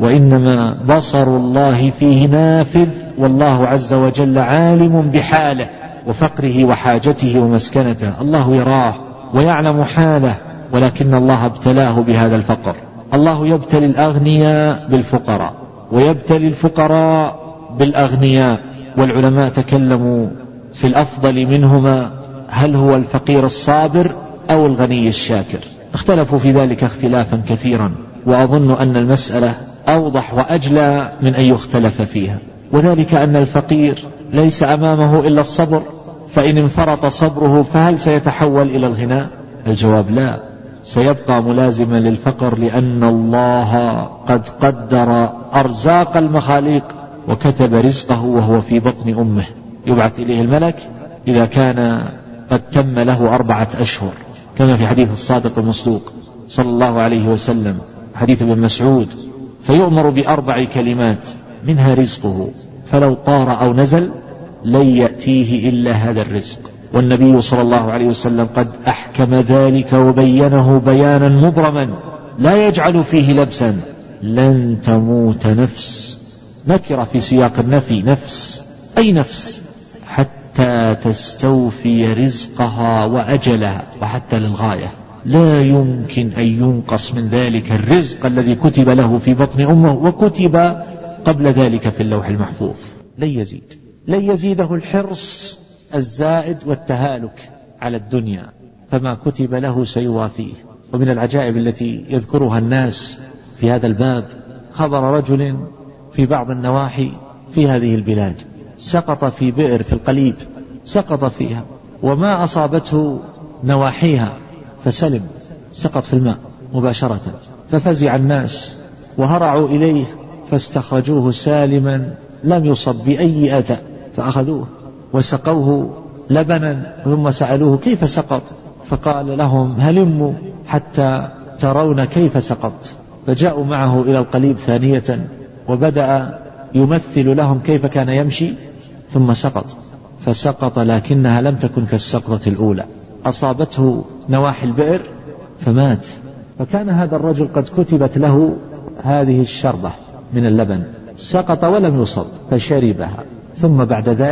وإنما بصر الله فيه نافذ، والله عز وجل عالم بحاله وفقره وحاجته ومسكنته. الله يراه ويعلم حاله، ولكن الله ابتلاه بهذا الفقر. الله يبتلي الأغنياء بالفقراء ويبتلي الفقراء بالأغنياء. والعلماء تكلموا في الأفضل منهما، هل هو الفقير الصابر أو الغني الشاكر؟ اختلفوا في ذلك اختلافا كثيرا، وأظن أن المسألة أوضح وأجلى من أن يختلف فيها، وذلك أن الفقير ليس أمامه إلا الصبر، فإن انفرط صبره فهل سيتحول إلى الغناء؟ الجواب لا، سيبقى ملازما للفقر، لأن الله قد قدر أرزاق المخاليق وكتب رزقه وهو في بطن أمه. يبعث إليه الملك إذا كان قد تم له 4 أشهر، كما في حديث الصادق المصدوق صلى الله عليه وسلم، حديث ابن مسعود، فيؤمر ب4 كلمات منها رزقه، فلو طار أو نزل لن يأتيه إلا هذا الرزق. والنبي صلى الله عليه وسلم قد أحكم ذلك وبينه بيانا مبرما لا يجعل فيه لبسا: لن تموت نفس، نكر في سياق النفي، نفس أي نفس، حتى تستوفي رزقها وأجلها، وحتى للغاية، لا يمكن أن ينقص من ذلك الرزق الذي كتب له في بطن أمه وكتب قبل ذلك في اللوح المحفوظ. لن يزيده الحرص الزائد والتهالك على الدنيا، فما كتب له سيوافيه. ومن العجائب التي يذكرها الناس في هذا الباب خبر رجل في بعض النواحي في هذه البلاد سقط في بئر في القليب، سقط فيها وما أصابته نواحيها فسلم، سقط في الماء مباشرة، ففزع الناس وهرعوا إليه فاستخرجوه سالما لم يصب بأي أذى، فأخذوه وسقوه لبنا ثم سألوه كيف سقط، فقال لهم هلموا حتى ترون كيف سقط. فجاءوا معه إلى القليب ثانية وبدأ يمثل لهم كيف كان يمشي ثم سقط، فسقط لكنها لم تكن كالسقطة الأولى، أصابته نواحي البئر فمات. فكان هذا الرجل قد كتبت له هذه الشربة من اللبن، سقط ولم يصب فشربها، ثم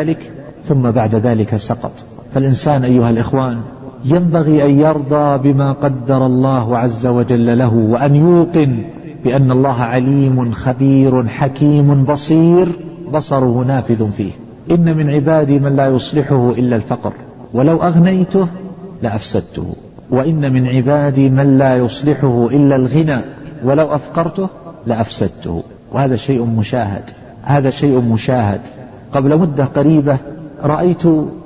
بعد ذلك سقط. فالإنسان أيها الإخوان ينبغي أن يرضى بما قدر الله عز وجل له، وأن يوقن بأن الله عليم خبير حكيم بصير، بصره نافذ فيه. إن من عبادي من لا يصلحه إلا الفقر ولو أغنيته لأفسدته، وإن من عبادي من لا يصلحه إلا الغنى ولو أفقرته لأفسدته. وهذا شيء مشاهد، هذا شيء مشاهد. قبل مدة قريبة رأيت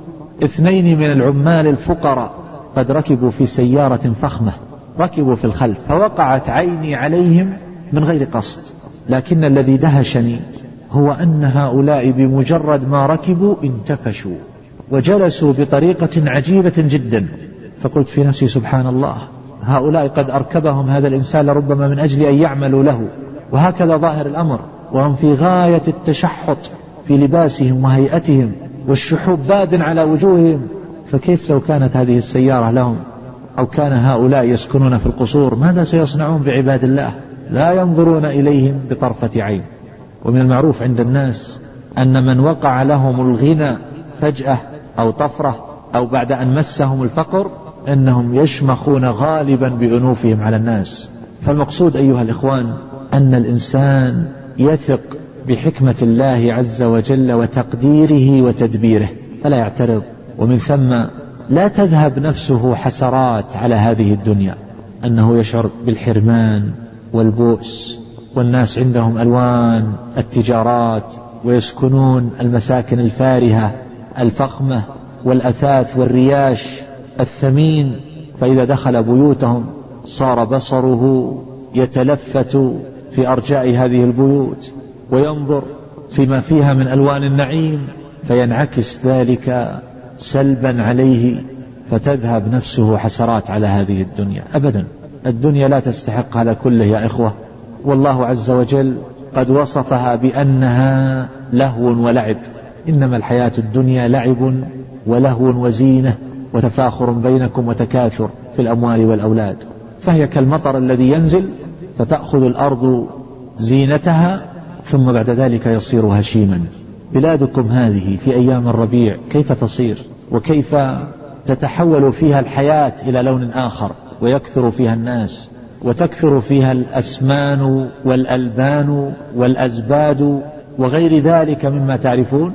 2 من العمال الفقراء قد ركبوا في سيارة فخمة، ركبوا في الخلف، فوقعت عيني عليهم من غير قصد، لكن الذي دهشني هو أن هؤلاء بمجرد ما ركبوا انتفشوا وجلسوا بطريقة عجيبة جدا. فقلت في نفسي سبحان الله، هؤلاء قد أركبهم هذا الإنسان لربما من أجل أن يعملوا له، وهكذا ظاهر الأمر، وهم في غاية التشحط في لباسهم وهيئتهم، والشحوب باد على وجوههم. فكيف لو كانت هذه السيارة لهم، أو كان هؤلاء يسكنون في القصور، ماذا سيصنعون بعباد الله؟ لا ينظرون إليهم بطرفة عين. ومن المعروف عند الناس أن من وقع لهم الغنى فجأة أو طفرة أو بعد أن مسهم الفقر أنهم يشمخون غالبا بأنوفهم على الناس. فالمقصود أيها الإخوان أن الإنسان يثق بحكمة الله عز وجل وتقديره وتدبيره فلا يعترض، ومن ثم لا تذهب نفسه حسرات على هذه الدنيا، أنه يشعر بالحرمان والبؤس، والناس عندهم ألوان التجارات ويسكنون المساكن الفارهة الفخمة والأثاث والرياش الثمين، فإذا دخل بيوتهم صار بصره يتلفت في أرجاء هذه البيوت وينظر فيما فيها من ألوان النعيم، فينعكس ذلك سلبا عليه، فتذهب نفسه حسرات على هذه الدنيا. أبدا، الدنيا لا تستحق هذا كله يا إخوة، والله عز وجل قد وصفها بأنها لهو ولعب. إنما الحياة الدنيا لعب ولهو وزينة وتفاخر بينكم وتكاثر في الأموال والأولاد، فهي كالمطر الذي ينزل فتأخذ الأرض زينتها ثم بعد ذلك يصير هشيما. بلادكم هذه في أيام الربيع كيف تصير، وكيف تتحول فيها الحياة إلى لون آخر، ويكثر فيها الناس، وتكثر فيها الأسمان والألبان والأزباد وغير ذلك مما تعرفون،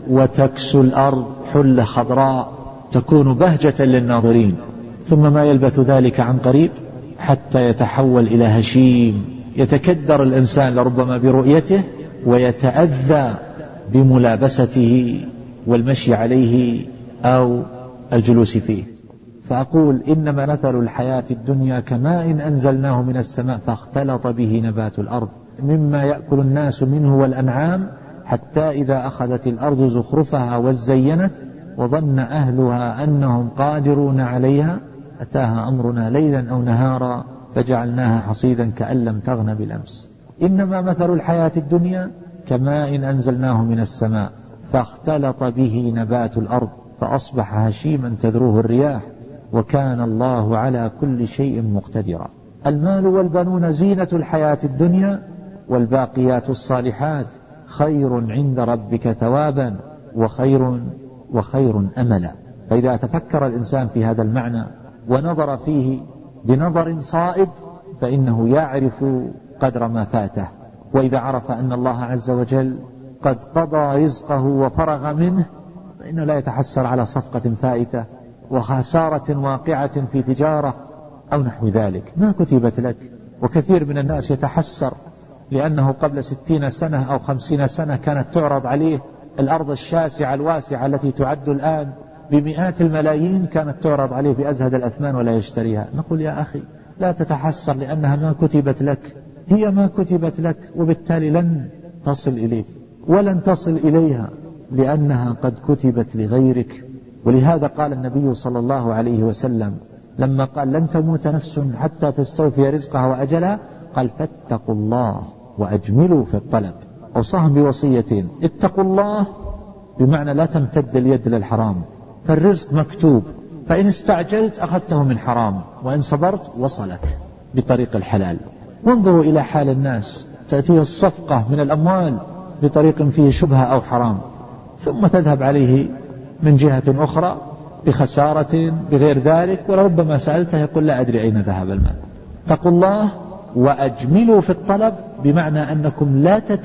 وتكسو الأرض حلة خضراء تكون بهجة للناظرين، ثم ما يلبث ذلك عن قريب حتى يتحول إلى هشيم يتكدر الإنسان لربما برؤيته ويتأذى بملابسته والمشي عليه أو الجلوس فيه. فأقول إنما مثل الحياة الدنيا كماء أنزلناه من السماء فاختلط به نبات الأرض مما يأكل الناس منه والأنعام حتى إذا أخذت الأرض زخرفها وزينت وظن أهلها أنهم قادرون عليها أتاها أمرنا ليلا أو نهارا فجعلناها حصيدا كأن لم تغن بالأمس. إنما مثل الحياة الدنيا كماء أنزلناه من السماء فاختلط به نبات الأرض فأصبح هشيما تذروه الرياح وكان الله على كل شيء مقتدرا. المال والبنون زينة الحياة الدنيا والباقيات الصالحات خير عند ربك ثوابا وخير أملا. فإذا تفكر الإنسان في هذا المعنى ونظر فيه بنظر صائب فإنه يعرف قدر ما فاته، وإذا عرف أن الله عز وجل قد قضى رزقه وفرغ منه فإنه لا يتحسر على صفقة فائتة وخسارة واقعة في تجارة أو نحو ذلك، ما كتبت لك. وكثير من الناس يتحسر لأنه قبل 60 سنة أو 50 سنة كانت تعرض عليه الأرض الشاسعة الواسعة التي تعد الآن بمئات الملايين، كانت تعرض عليه بأزهد الأثمان ولا يشتريها. نقول يا أخي لا تتحسر لأنها ما كتبت لك، هي ما كتبت لك، وبالتالي لن تصل إليك ولن تصل إليها لأنها قد كتبت لغيرك. ولهذا قال النبي صلى الله عليه وسلم لما قال لن تموت نفس حتى تستوفي رزقها وأجلها، قال فاتقوا الله وأجملوا في الطلب. أوصاهم بوصيتين: اتقوا الله بمعنى لا تمتد اليد للحرام، فالرزق مكتوب، فإن استعجلت أخذته من حرام، وإن صبرت وصلك بطريق الحلال. وانظروا إلى حال الناس، تأتيه الصفقة من الأموال بطريق فيه شبهة أو حرام، ثم تذهب عليه من جهة أخرى بخسارة بغير ذلك، ولربما سألته يقول لا أدري أين ذهب المال. اتقوا الله وأجملوا في الطلب بمعنى أنكم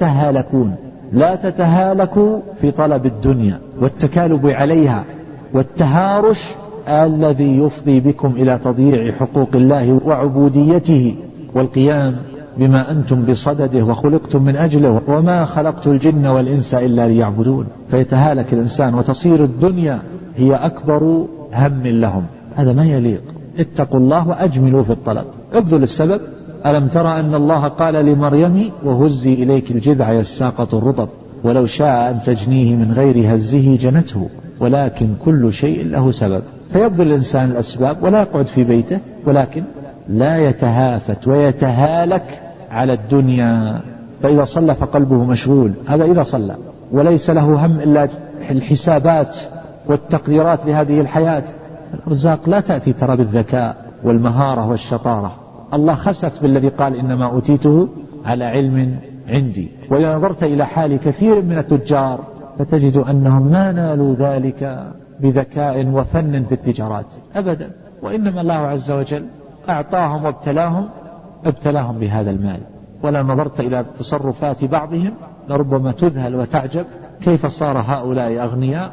لا تتهالكوا في طلب الدنيا والتكالب عليها والتهارش الذي يفضي بكم إلى تضييع حقوق الله وعبوديته والقيام بما أنتم بصدده وخلقتم من أجله، وما خلقت الجن والإنس إلا ليعبدون. فيتهالك الإنسان وتصير الدنيا هي أكبر هم لهم، هذا ما يليق. اتقوا الله وأجملوا في الطلب. ابذل السبب. ألم ترى أن الله قال لمريم وهزي إليك الجذع يساقط الرطب ولو شاء أن تجنيه من غير هزه جنته، ولكن كل شيء له سبب. فيبذل الإنسان الأسباب ولا يقعد في بيته، ولكن لا يتهافت ويتهالك على الدنيا. فإذا صلى فقلبه مشغول، هذا إذا صلى، وليس له هم إلا الحسابات والتقديرات لهذه الحياة. الأرزاق لا تأتي ترى بالذكاء والمهارة والشطارة. الله خسف بالذي قال إنما أوتيته على علم عندي. وإذا نظرت إلى حال كثير من التجار فتجد أنهم ما نالوا ذلك بذكاء وفن في التجارات أبدا، وإنما الله عز وجل أعطاهم وابتلاهم بهذا المال. ولا نظرت إلى تصرفات بعضهم لربما تذهل وتعجب كيف صار هؤلاء أغنياء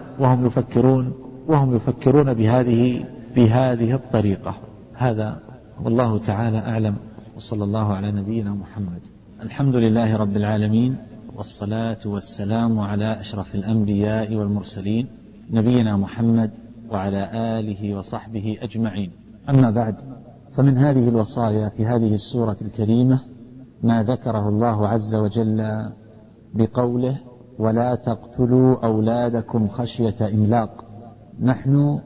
وهم يفكرون بهذه الطريقة. هذا والله تعالى أعلم، وصلى الله على نبينا محمد. الحمد لله رب العالمين، والصلاة والسلام على أشرف الأنبياء والمرسلين نبينا محمد وعلى آله وصحبه أجمعين. أما بعد، فمن هذه الوصايا في هذه السورة الكريمة ما ذكره الله عز وجل بقوله ولا تقتلوا أولادكم خشية إملاق نحن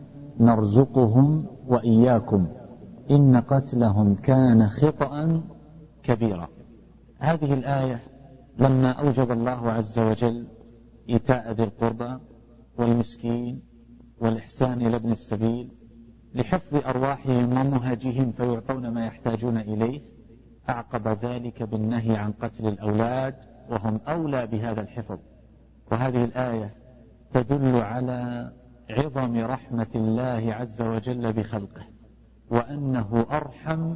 نرزقهم وإياكم إن قتلهم كان خطأ كبيرا. هذه الآية لما أوجب الله عز وجل إيتاء ذي القربى والمسكين والإحسان إلى ابن السبيل لحفظ أرواحهم ومهاجهم فيعطون ما يحتاجون إليه، أعقب ذلك بالنهي عن قتل الأولاد وهم أولى بهذا الحفظ. وهذه الآية تدل على عظم رحمة الله عز وجل بخلقه، وأنه أرحم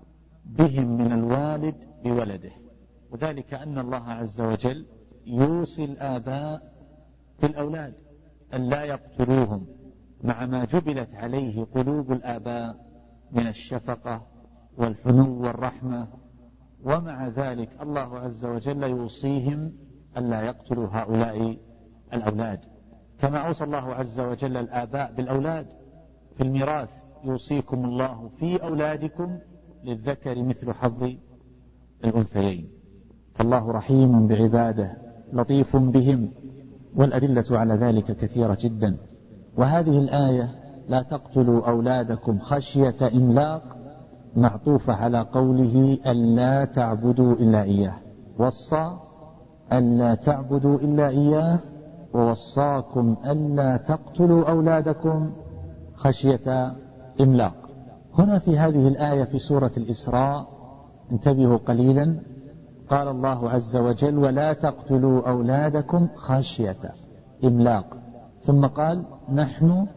بهم من الوالد بولده. وذلك أن الله عز وجل يوصي الآباء بالأولاد أن لا يقتلوهم، مع ما جبلت عليه قلوب الآباء من الشفقة والحنو والرحمة، ومع ذلك الله عز وجل يوصيهم أن لا يقتلوا هؤلاء الأولاد، كما أوصى الله عز وجل الآباء بالأولاد في الميراث: يوصيكم الله في أولادكم للذكر مثل حظ الأنثيين. فالله رحيم بعباده لطيف بهم، والأدلة على ذلك كثيرة جدا. وهذه الآية لا تقتلوا أولادكم خشية إملاق معطوفة على قوله ألا تعبدوا إلا إياه، وصى ألا تعبدوا إلا إياه، ووصاكم ألا تقتلوا أولادكم خشية إملاق. هنا في هذه الآية في سورة الإسراء انتبهوا قليلا، قال الله عز وجل ولا تقتلوا أولادكم خشية إملاق، ثم قال نحن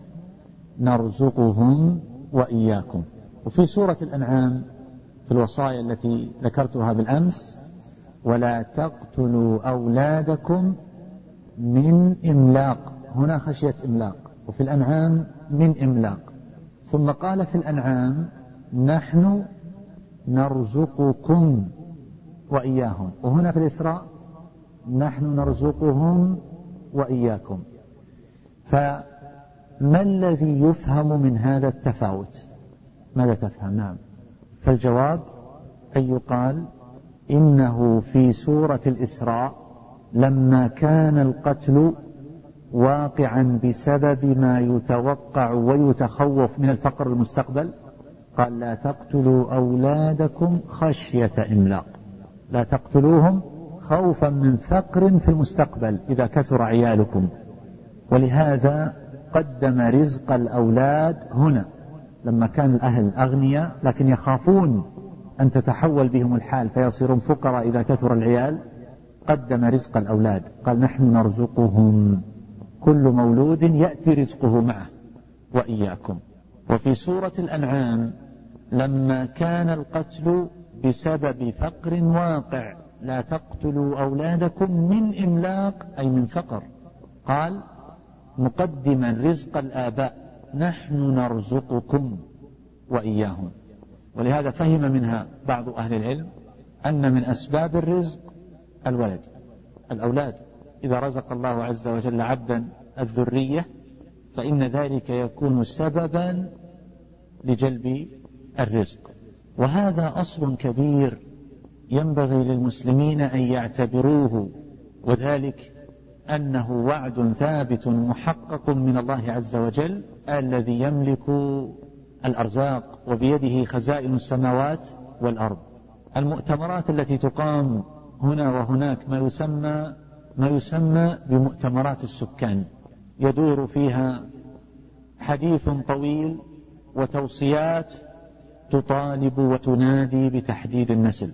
نرزقهم وإياكم. وفي سورة الأنعام في الوصايا التي ذكرتها بالأمس ولا تقتلوا أولادكم من إملاق، هنا خشية إملاق، وفي الأنعام من إملاق. ثم قال في الأنعام نحن نرزقكم وإياهم، وهنا في الإسراء نحن نرزقهم وإياكم. فما الذي يفهم من هذا التفاوت؟ ماذا تفهم؟ نعم، فالجواب أن يقال إنه في سورة الإسراء لما كان القتل واقعا بسبب ما يتوقع ويتخوف من الفقر المستقبل قال لا تقتلوا أولادكم خشية إملاق، لا تقتلوهم خوفا من فقر في المستقبل إذا كثر عيالكم. ولهذا قدم رزق الأولاد هنا لما كان الأهل أغنياء لكن يخافون أن تتحول بهم الحال فيصيرون فقراء إذا كثر العيال، قدم رزق الأولاد قال نحن نرزقهم، كل مولود يأتي رزقه معه وإياكم. وفي سورة الأنعام لما كان القتل بسبب فقر واقع لا تقتلوا أولادكم من إملاق أي من فقر، قال مقدما رزق الآباء نحن نرزقكم وإياهم. ولهذا فهم منها بعض أهل العلم أن من أسباب الرزق الأولاد، إذا رزق الله عز وجل عبدا الذرية فإن ذلك يكون سببا لجلب الرزق. وهذا أصل كبير ينبغي للمسلمين أن يعتبروه، وذلك أنه وعد ثابت محقق من الله عز وجل الذي يملك الأرزاق وبيده خزائن السماوات والأرض. المؤتمرات التي تقام هنا وهناك ما يسمى بمؤتمرات السكان، يدور فيها حديث طويل وتوصيات تطالب وتنادي بتحديد النسل،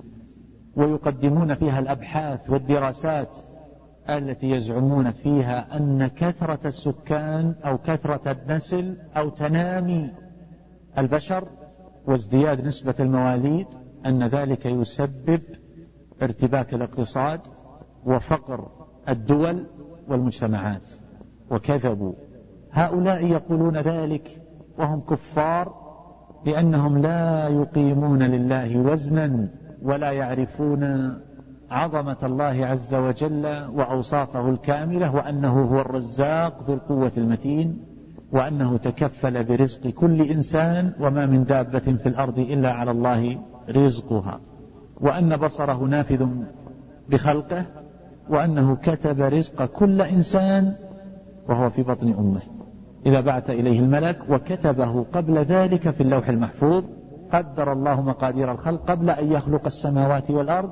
ويقدمون فيها الأبحاث والدراسات التي يزعمون فيها أن كثرة السكان أو كثرة النسل أو تنامي البشر وازدياد نسبة المواليد أن ذلك يسبب ارتباك الاقتصاد وفقر الدول والمجتمعات. وكذبوا، هؤلاء يقولون ذلك وهم كفار لأنهم لا يقيمون لله وزنا ولا يعرفون عظمة الله عز وجل وأوصافه الكاملة، وأنه هو الرزاق ذو القوة المتين، وأنه تكفل برزق كل إنسان وما من دابة في الأرض إلا على الله رزقها، وأن بصره نافذ بخلقه، وأنه كتب رزق كل إنسان وهو في بطن أمه إذا بعث إليه الملك، وكتبه قبل ذلك في اللوح المحفوظ. قدر الله مقادير الخلق قبل أن يخلق السماوات والأرض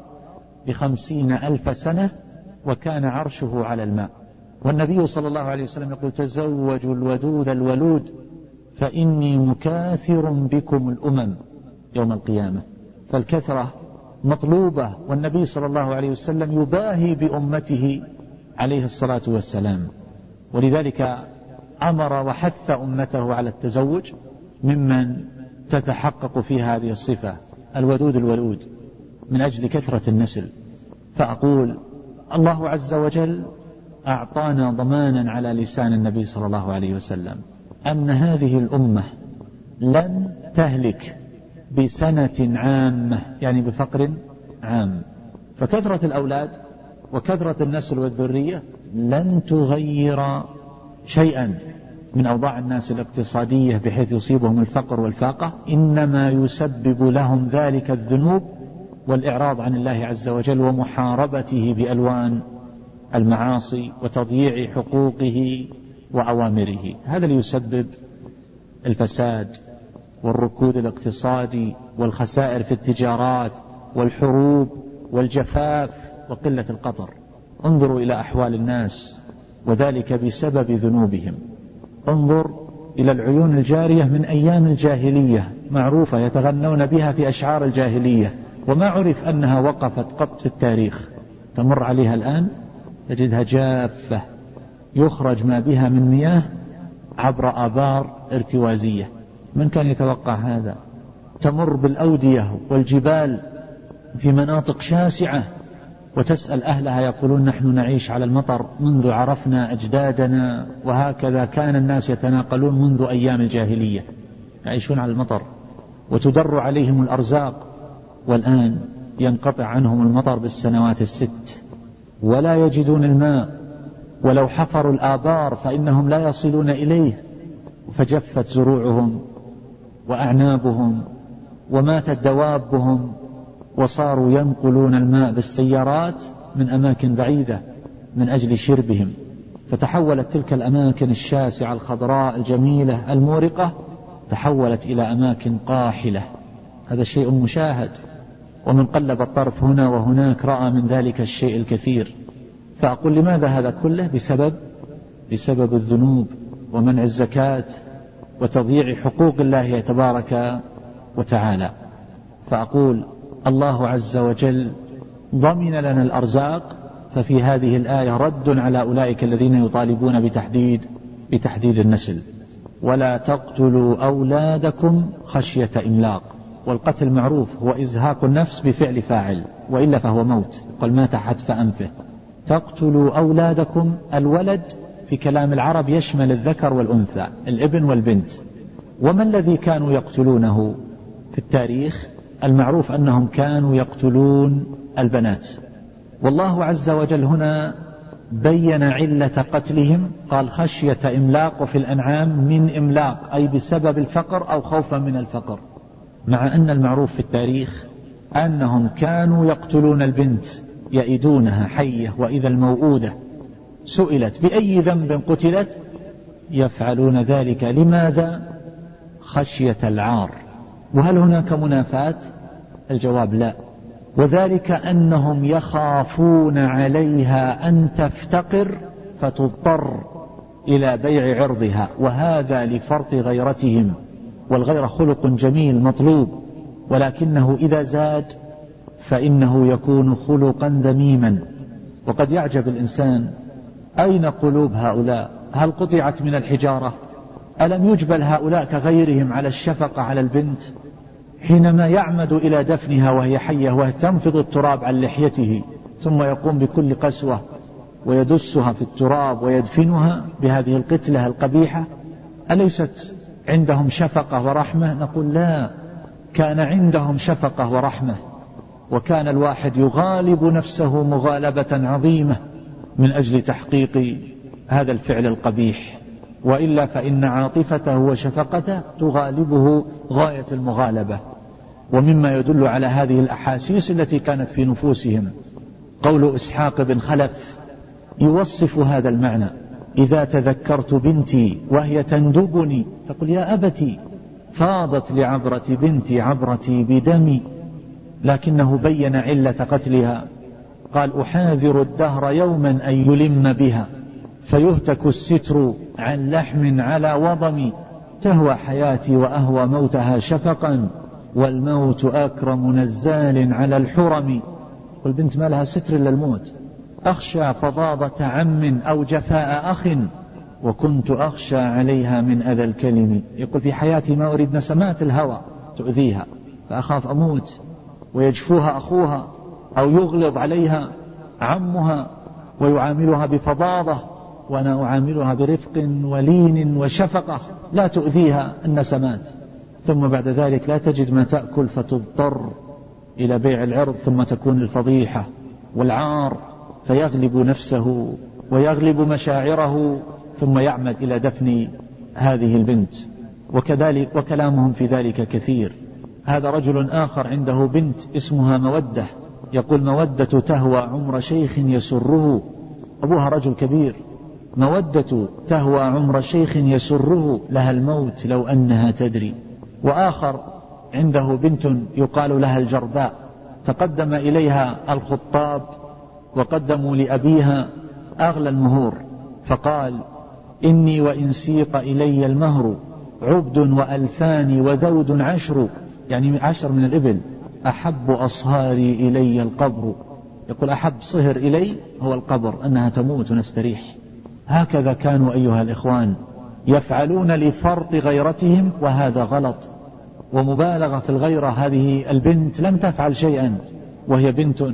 ب50,000 سنة، وكان عرشه على الماء. والنبي صلى الله عليه وسلم يقول تزوجوا الودود الولود فإني مكاثر بكم الأمم يوم القيامة. فالكثرة مطلوبة، والنبي صلى الله عليه وسلم يباهي بأمته عليه الصلاة والسلام، ولذلك أمر وحث أمته على التزوج ممن تتحقق في هذه الصفة الودود الولود من أجل كثرة النسل. فأقول الله عز وجل أعطانا ضمانا على لسان النبي صلى الله عليه وسلم أن هذه الأمة لن تهلك بسنة عامة، يعني بفقر عام. فكثرة الأولاد وكثرة النسل والذرية لن تغير شيئا من أوضاع الناس الاقتصادية بحيث يصيبهم الفقر والفاقة، إنما يسبب لهم ذلك الذنوب والإعراض عن الله عز وجل ومحاربته بألوان المعاصي وتضييع حقوقه وأوامره. هذا اللي يسبب الفساد والركود الاقتصادي والخسائر في التجارات والحروب والجفاف وقلة القطر. انظروا إلى أحوال الناس وذلك بسبب ذنوبهم. انظر إلى العيون الجارية من أيام الجاهلية معروفة يتغنون بها في أشعار الجاهلية، وما عرف أنها وقفت قط في التاريخ. تمر عليها الآن تجدها جافة يخرج ما بها من مياه عبر آبار ارتوازية. من كان يتوقع هذا؟ تمر بالأودية والجبال في مناطق شاسعة وتسأل أهلها يقولون نحن نعيش على المطر منذ عرفنا أجدادنا، وهكذا كان الناس يتناقلون منذ أيام الجاهلية. يعيشون على المطر وتدر عليهم الأرزاق، والآن ينقطع عنهم المطر بالسنوات 6 ولا يجدون الماء، ولو حفروا الآبار فإنهم لا يصلون إليه، فجفت زروعهم وأعنابهم وماتت دوابهم، وصاروا ينقلون الماء بالسيارات من أماكن بعيدة من أجل شربهم، فتحولت تلك الأماكن الشاسعة الخضراء الجميلة المورقة تحولت إلى أماكن قاحلة. هذا شيء مشاهد، ومن قلب الطرف هنا وهناك رأى من ذلك الشيء الكثير. فأقول لماذا هذا كله؟ بسبب الذنوب ومنع الزكاة وتضييع حقوق الله تبارك وتعالى. فأقول الله عز وجل ضمن لنا الأرزاق، ففي هذه الآية رد على أولئك الذين يطالبون بتحديد النسل. ولا تقتلوا أولادكم خشية إملاق، والقتل معروف هو إزهاق النفس بفعل فاعل، وإلا فهو موت، قل مات حتف أنفه. تقتلوا أولادكم، الولد في كلام العرب يشمل الذكر والأنثى، الابن والبنت. وما الذي كانوا يقتلونه في التاريخ؟ المعروف أنهم كانوا يقتلون البنات، والله عز وجل هنا بين علة قتلهم، قال خشية إملاق، وفي الأنعام من إملاق، أي بسبب الفقر أو خوفا من الفقر، مع أن المعروف في التاريخ أنهم كانوا يقتلون البنت يئدونها حية، وإذا الموؤودة سئلت بأي ذنب قتلت يفعلون ذلك. لماذا؟ خشية العار. وهل هناك منافاة؟ الجواب لا، وذلك أنهم يخافون عليها أن تفتقر فتضطر إلى بيع عرضها، وهذا لفرط غيرتهم، والغيرة خلق جميل مطلوب، ولكنه إذا زاد فإنه يكون خلقا ذميما. وقد يعجب الإنسان أين قلوب هؤلاء؟ هل قطعت من الحجارة؟ ألم يجبل هؤلاء كغيرهم على الشفقة على البنت حينما يعمد إلى دفنها وهي حية وهي تنفض التراب عن لحيته، ثم يقوم بكل قسوة ويدسها في التراب ويدفنها بهذه القتلة القبيحة؟ أليست عندهم شفقة ورحمة؟ نقول لا، كان عندهم شفقة ورحمة، وكان الواحد يغالب نفسه مغالبة عظيمة من أجل تحقيق هذا الفعل القبيح، وإلا فإن عاطفته وشفقته تغالبه غاية المغالبة. ومما يدل على هذه الأحاسيس التي كانت في نفوسهم قول إسحاق بن خلف يوصف هذا المعنى: إذا تذكرت بنتي وهي تندبني تقول يا أبتي فاضت لعبرة بنتي عبرتي بدمي. لكنه بين علة قتلها، قال أحاذر الدهر يوما أن يلم بها فيهتك الستر عن لحم على وضمي، تهوى حياتي وأهوى موتها شفقا والموت أكرم نزال على الحرم. والبنت ما لها ستر إلا الموت. أخشى فظاظة عم أو جفاء أخ وكنت أخشى عليها من أذى الكلم. يقول في حياتي ما أريد نسمات الهوى تؤذيها، فأخاف أموت ويجفوها أخوها أو يغلظ عليها عمها ويعاملها بفظاظة، وأنا أعاملها برفق ولين وشفقة لا تؤذيها النسمات. ثم بعد ذلك لا تجد ما تأكل فتضطر إلى بيع العرض، ثم تكون الفضيحة والعار، فيغلب نفسه ويغلب مشاعره، ثم يعمد إلى دفن هذه البنت. وكذلك وكلامهم في ذلك كثير. هذا رجل آخر عنده بنت اسمها مودة، يقول مودة تهوى عمر شيخ يسره، أبوها رجل كبير، مودة تهوى عمر شيخ يسره لها الموت لو أنها تدري. وآخر عنده بنت يقال لها الجرباء، تقدم إليها الخطاب وقدموا لأبيها أغلى المهور، فقال إني وإن سيق إلي المهر عبد وألفان وذود عشر، يعني 10 من الإبل، أحب أصهاري إلي القبر. يقول أحب صهر إلي هو القبر، أنها تموت ونستريح. هكذا كانوا أيها الإخوان يفعلون لفرط غيرتهم، وهذا غلط ومبالغة في الغيرة. هذه البنت لم تفعل شيئا، وهي بنت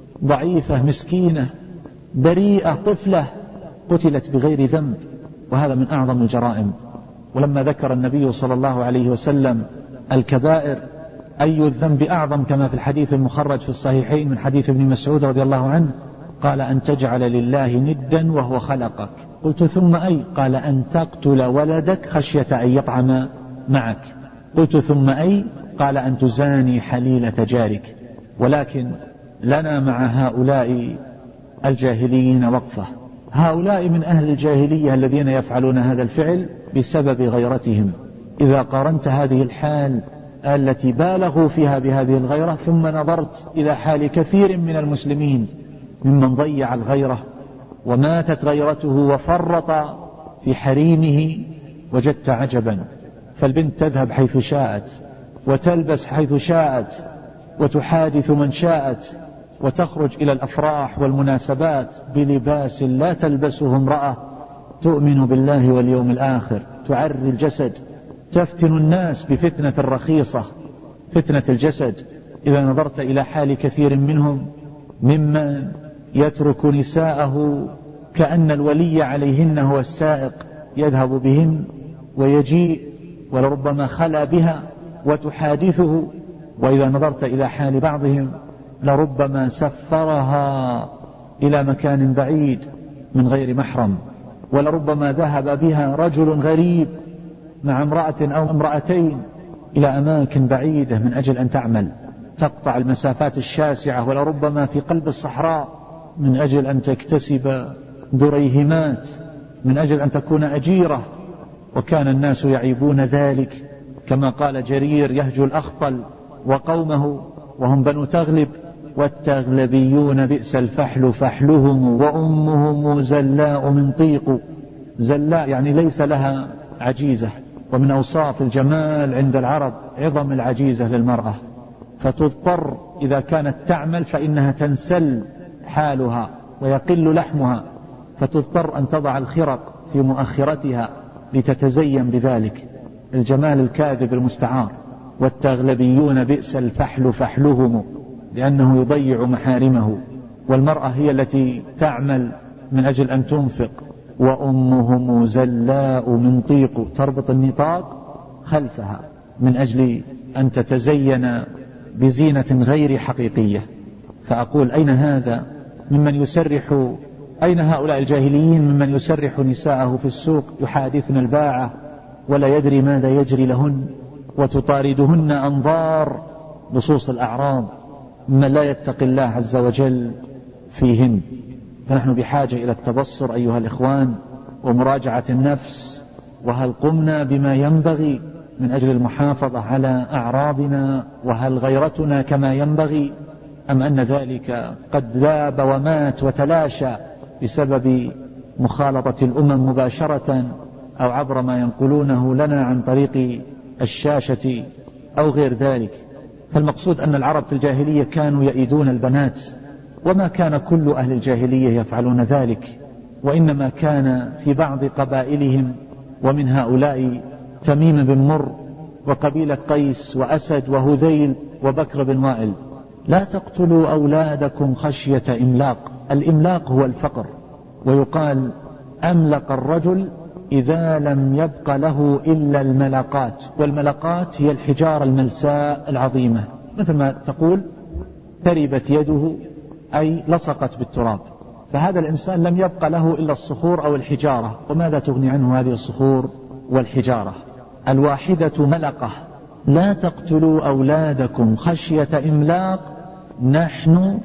ضعيفة مسكينة بريئة طفلة قتلت بغير ذنب، وهذا من أعظم الجرائم. ولما ذكر النبي صلى الله عليه وسلم الكبائر أي الذنب أعظم كما في الحديث المخرج في الصحيحين من حديث ابن مسعود رضي الله عنه قال أن تجعل لله ندا وهو خلقك. قلت ثم أي؟ قال أن تقتل ولدك خشية أن يطعم معك. قلت ثم أي؟ قال أن تزاني حليلة جارك. ولكن لنا مع هؤلاء الجاهليين وقفة. هؤلاء من أهل الجاهلية الذين يفعلون هذا الفعل بسبب غيرتهم. إذا قارنت هذه الحال التي بالغوا فيها بهذه الغيرة ثم نظرت إلى حال كثير من المسلمين ممن ضيع الغيرة وماتت غيرته وفرط في حريمه، وجدت عجبا. فالبنت تذهب حيث شاءت وتلبس حيث شاءت وتحادث من شاءت وتخرج إلى الأفراح والمناسبات بلباس لا تلبسه امرأة تؤمن بالله واليوم الآخر، تعري الجسد، تفتن الناس بفتنة الرخيصة، فتنة الجسد. إذا نظرت إلى حال كثير منهم ممن يترك نساءه كأن الولي عليهن هو السائق، يذهب بهن ويجيء ولربما خلا بها وتحادثه. وإذا نظرت إلى حال بعضهم لربما سفرها إلى مكان بعيد من غير محرم، ولربما ذهب بها رجل غريب مع امرأة أو امرأتين إلى أماكن بعيدة من أجل أن تعمل، تقطع المسافات الشاسعة ولربما في قلب الصحراء من أجل أن تكتسب دريهمات، من أجل أن تكون أجيرة. وكان الناس يعيبون ذلك كما قال جرير: يهجو الأخطل وقومه وهم بنو تغلب، والتغلبيون بئس الفحل فحلهم وأمهم زلاء من طيق. زلاء يعني ليس لها عجيزة، ومن أوصاف الجمال عند العرب عظم العجيزة للمرأة، فتضطر إذا كانت تعمل فإنها تنسل حالها ويقل لحمها، فتضطر أن تضع الخرق في مؤخرتها لتتزين بذلك، الجمال الكاذب المستعار. والتغلبيون بئس الفحل فحلهم، لأنه يضيع محارمه، والمرأة هي التي تعمل من أجل أن تنفق. وأمهم زلاء من طيق، تربط النطاق خلفها من أجل أن تتزين بزينة غير حقيقية. فأقول أين هذا ممن يسرح، أين هؤلاء الجاهليين ممن يسرح نساءه في السوق يحادثن الباعة ولا يدري ماذا يجري لهن، وتطاردهن أنظار لصوص الأعراض من لا يتقي الله عز وجل فيهن. فنحن بحاجة إلى التبصر أيها الإخوان ومراجعة النفس، وهل قمنا بما ينبغي من أجل المحافظة على أعراضنا، وهل غيرتنا كما ينبغي، أم أن ذلك قد ذاب ومات وتلاشى بسبب مخالطة الأمم مباشرة أو عبر ما ينقلونه لنا عن طريق الشاشة أو غير ذلك. فالمقصود أن العرب في الجاهلية كانوا يئدون البنات، وما كان كل أهل الجاهلية يفعلون ذلك، وإنما كان في بعض قبائلهم، ومن هؤلاء تميم بن مر وقبيلة قيس وأسد وهذيل وبكر بن وائل: لا تقتلوا أولادكم خشية إملاق. الإملاق هو الفقر، ويقال أملق الرجل إذا لم يبق له إلا الملقات، والملقات هي الحجارة الملساء العظيمة، مثل ما تقول تربت يده أي لصقت بالتراب. فهذا الإنسان لم يبق له إلا الصخور أو الحجارة، وماذا تغني عنه هذه الصخور والحجارة؟ الواحدة ملقة. لا تقتلوا أولادكم خشية إملاق نحن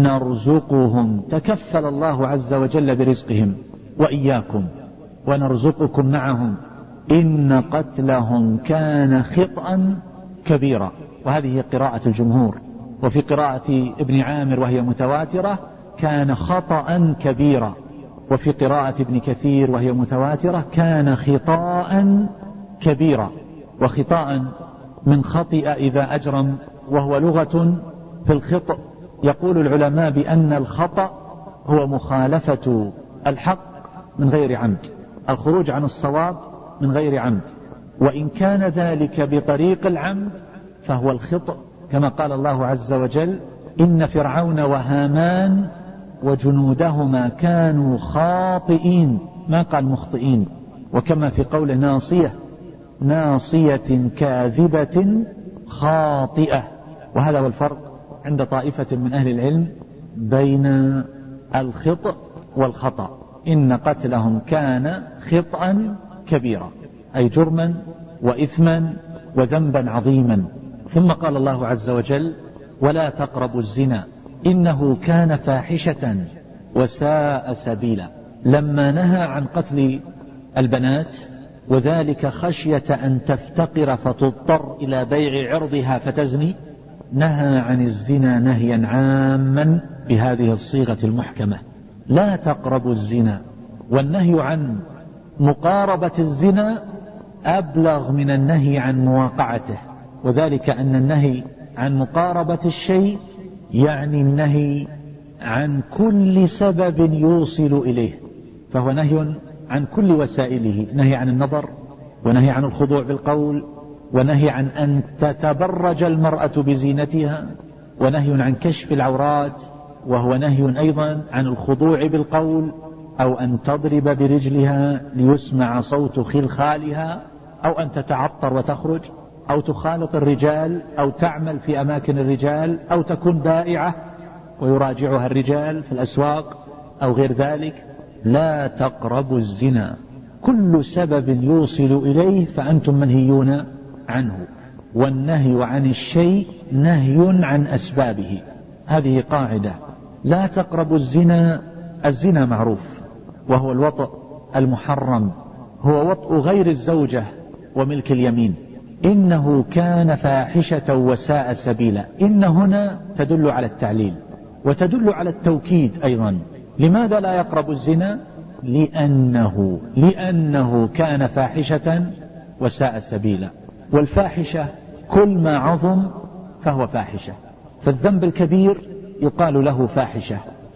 نرزقهم، تكفل الله عز وجل برزقهم وإياكم، ونرزقكم معهم، إن قتلهم كان خطأ كبيرا. وهذه قراءة الجمهور. وفي قراءة ابن عامر وهي متواترة: كان خطأ كبيرا. وفي قراءة ابن كثير وهي متواترة: كان خطاء كبيرا. وخطاء من خطئ إذا أجرم، وهو لغة في الخطأ. يقول العلماء بأن الخطأ هو مخالفة الحق من غير عمد، الخروج عن الصواب من غير عمد، وإن كان ذلك بطريق العمد فهو الخطأ، كما قال الله عز وجل: إن فرعون وهامان وجنودهما كانوا خاطئين، ما قال مخطئين. وكما في قول ناصية: ناصية كاذبة خاطئة. وهذا هو الفرق عند طائفة من أهل العلم بين الخطأ والخطأ. إن قتلهم كان خطأ كبيرا، أي جرما وإثما وذنبا عظيما. ثم قال الله عز وجل: ولا تقربوا الزنا إنه كان فاحشة وساء سبيلا. لما نهى عن قتل البنات وذلك خشية أن تفتقر فتضطر إلى بيع عرضها فتزني، نهى عن الزنا نهيا عاما بهذه الصيغة المحكمة: لا تقربوا الزنا. والنهي عن مقاربة الزنا أبلغ من النهي عن مواقعته، وذلك أن النهي عن مقاربة الشيء يعني النهي عن كل سبب يوصل إليه، فهو نهي عن كل وسائله، نهي عن النظر، ونهي عن الخضوع بالقول، ونهي عن أن تتبرج المرأة بزينتها، ونهي عن كشف العورات، وهو نهي أيضا عن الخضوع بالقول، أو أن تضرب برجلها ليسمع صوت خلخالها، أو أن تتعطر وتخرج، أو تخالط الرجال، أو تعمل في أماكن الرجال، أو تكون بائعة ويراجعها الرجال في الأسواق أو غير ذلك. لا تقربوا الزنا، كل سبب يوصل إليه فأنتم منهيون عنه. والنهي عن الشيء نهي عن أسبابه، هذه قاعدة. لا تقربوا الزنا، الزنا معروف وهو الوطء المحرم، هو وطء غير الزوجة وملك اليمين. إنه كان فاحشة وساء سبيلا، إن هنا تدل على التعليل وتدل على التوكيد أيضا. لماذا لا يقرب الزنا؟ لأنه كان فاحشة وساء سبيلا. والفاحشة كل ما عظم فهو فاحشة، فالذنب الكبير يقال له فاحشة.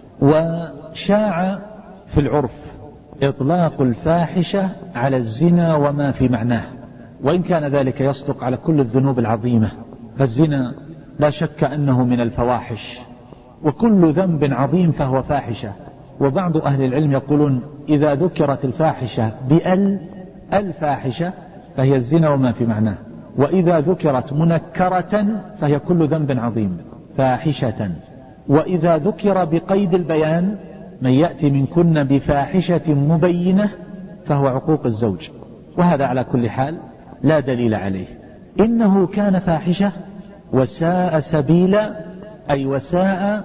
وشاع في العرف إطلاق الفاحشة على الزنا وما في معناه، وإن كان ذلك يصدق على كل الذنوب العظيمة، فالزنا لا شك أنه من الفواحش، وكل ذنب عظيم فهو فاحشة. وبعض أهل العلم يقولون إذا ذكرت الفاحشة الفاحشة فهي الزنا وما في معناه، وإذا ذكرت منكرة فهي كل ذنب عظيم فاحشة. وإذا ذكر بقيد البيان من يأتي منكن بفاحشة مبينة فهو عقوق الزوج، وهذا على كل حال لا دليل عليه. إنه كان فاحشة وساء سبيلا، أي وساء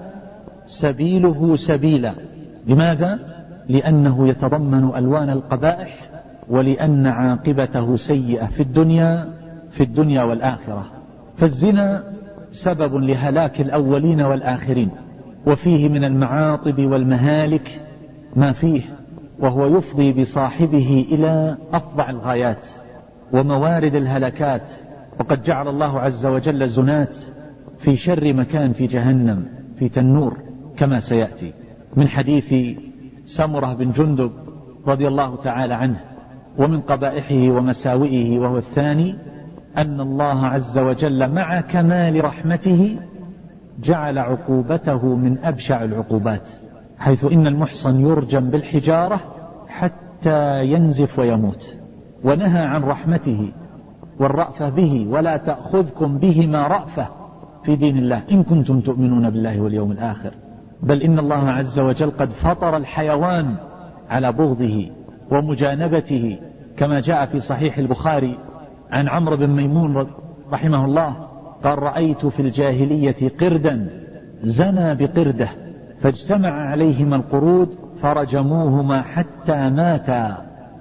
سبيله سبيلا. لماذا؟ لأنه يتضمن ألوان القبائح، ولأن عاقبته سيئة في الدنيا والآخرة. فالزنا سبب لهلاك الأولين والآخرين، وفيه من المعاطب والمهالك ما فيه، وهو يفضي بصاحبه إلى أفظع الغايات وموارد الهلكات. وقد جعل الله عز وجل الزنات في شر مكان في جهنم في تنور، كما سيأتي من حديث سمرة بن جندب رضي الله تعالى عنه. ومن قبائحه ومساوئه وهو الثاني أن الله عز وجل مع كمال رحمته جعل عقوبته من أبشع العقوبات، حيث إن المحصن يرجم بالحجارة حتى ينزف ويموت، ونهى عن رحمته والرأفة به: ولا تأخذكم بهما رأفة في دين الله إن كنتم تؤمنون بالله واليوم الآخر. بل إن الله عز وجل قد فطر الحيوان على بغضه ومجانبته، كما جاء في صحيح البخاري عن عمرو بن ميمون رحمه الله قال: رأيت في الجاهلية قردا زنى بقردة فاجتمع عليهما القرود فرجموهما حتى ماتا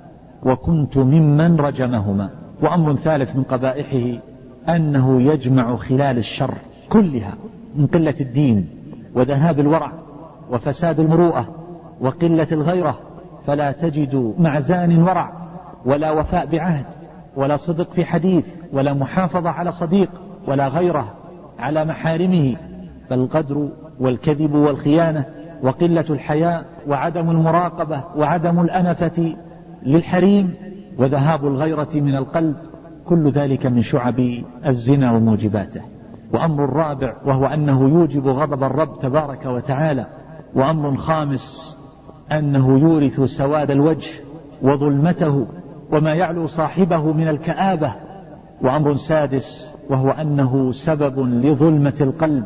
وكنت ممن رجمهما. وأمر ثالث من قبائحه أنه يجمع خلال الشر كلها من قلة الدين وذهاب الورع وفساد المروءة وقلة الغيرة، فلا تجد مع زان ورع ولا وفاء بعهد ولا صدق في حديث ولا محافظة على صديق ولا غيره على محارمه، فالغدر والكذب والخيانة وقلة الحياء وعدم المراقبة وعدم الأنفة للحريم وذهاب الغيرة من القلب، كل ذلك من شعب الزنا وموجباته. وأمر الرابع وهو أنه يوجب غضب الرب تبارك وتعالى. وأمر خامس أنه يورث سواد الوجه وظلمته وما يعلو صاحبه من الكآبة. وأمر سادس وهو أنه سبب لظلمة القلب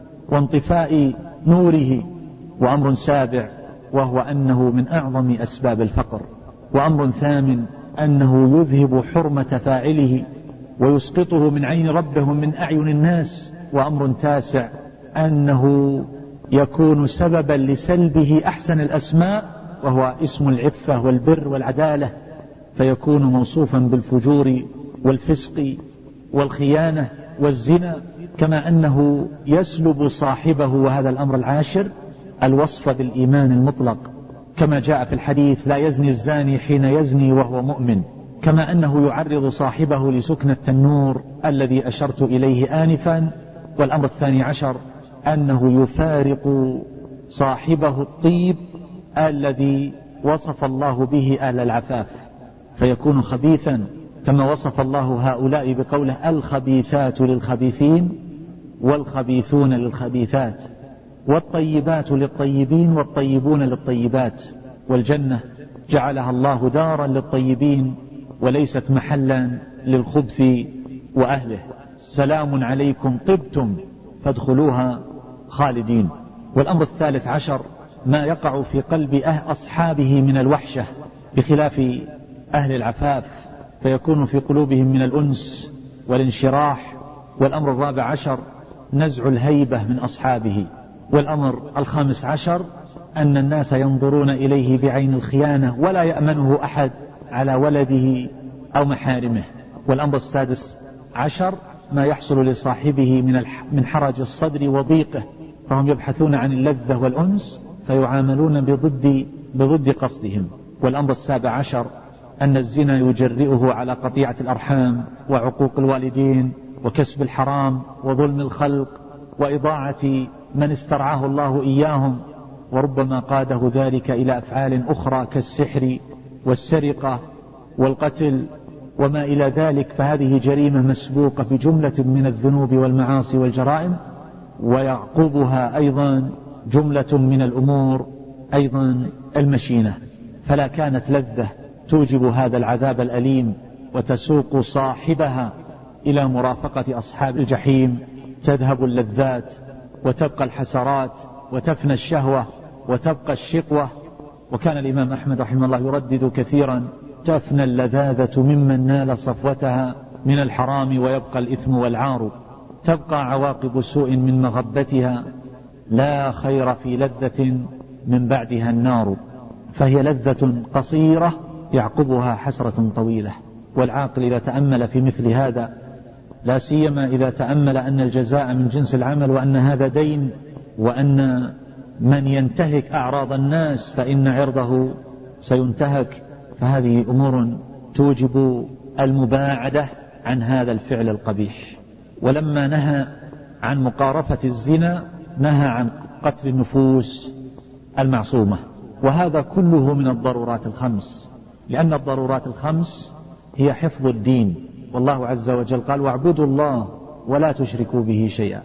وانطفاء نوره. وأمر سابع وهو أنه من أعظم أسباب الفقر. وأمر ثامن أنه يذهب حرمة فاعله ويسقطه من عين ربه من أعين الناس. وأمر تاسع أنه يكون سببا لسلبه أحسن الأسماء وهو اسم العفة والبر والعدالة، فيكون موصوفا بالفجور والفسق والخيانة والزنا، كما أنه يسلب صاحبه، وهذا الأمر العاشر، الوصف بالإيمان المطلق، كما جاء في الحديث: لا يزني الزاني حين يزني وهو مؤمن. كما أنه يعرض صاحبه لسكن التنور الذي أشرت إليه آنفا. والأمر 12 أنه يفارق صاحبه الطيب الذي وصف الله به أهل العفاف، فيكون خبيثا، كما وصف الله هؤلاء بقوله: الخبيثات للخبيثين والخبيثون للخبيثات والطيبات للطيبين والطيبون للطيبات. والجنة جعلها الله دارا للطيبين وليست محلا للخبث وأهله. سلام عليكم طبتم فادخلوها خالدين. والأمر 13 ما يقع في قلب أصحابه من الوحشة بخلاف أهل العفاف، فيكون في قلوبهم من الأنس والانشراح. والأمر 14 نزع الهيبة من أصحابه. والأمر 15 أن الناس ينظرون إليه بعين الخيانة ولا يأمنه أحد على ولده أو محارمه. والأمر 16 ما يحصل لصاحبه من حرج الصدر وضيقه، فهم يبحثون عن اللذة والأنس فيعاملون بضد قصدهم. والأمر 17 أن الزنا يجرئه على قطيعة الأرحام وعقوق الوالدين وكسب الحرام وظلم الخلق وإضاعة من استرعاه الله إياهم، وربما قاده ذلك إلى أفعال أخرى كالسحر والسرقة والقتل وما إلى ذلك. فهذه جريمة مسبوقة بجملة من الذنوب والمعاصي والجرائم، ويعقبها أيضا جملة من الأمور أيضا المشينة. فلا كانت لذة توجب هذا العذاب الأليم وتسوق صاحبها إلى مرافقة أصحاب الجحيم. تذهب اللذات وتبقى الحسرات وتفنى الشهوة وتبقى الشقوة. وكان الإمام أحمد رحمه الله يردد كثيرا: تفنى اللذاذة ممن نال صفوتها من الحرام ويبقى الإثم والعار، تبقى عواقب سوء من مغبتها، لا خير في لذة من بعدها النار. فهي لذة قصيرة يعقبها حسرة طويلة. والعاقل إذا تأمل في مثل هذا، لا سيما إذا تأمل أن الجزاء من جنس العمل وأن هذا دين، وأن من ينتهك أعراض الناس فإن عرضه سينتهك، فهذه أمور توجب المباعدة عن هذا الفعل القبيح. ولما نهى عن مقارفة الزنا نهى عن قتل النفوس المعصومة، وهذا كله من الضرورات الخمس، لأن الضرورات الخمس هي حفظ الدين، والله عز وجل قال: واعبدوا الله ولا تشركوا به شيئا.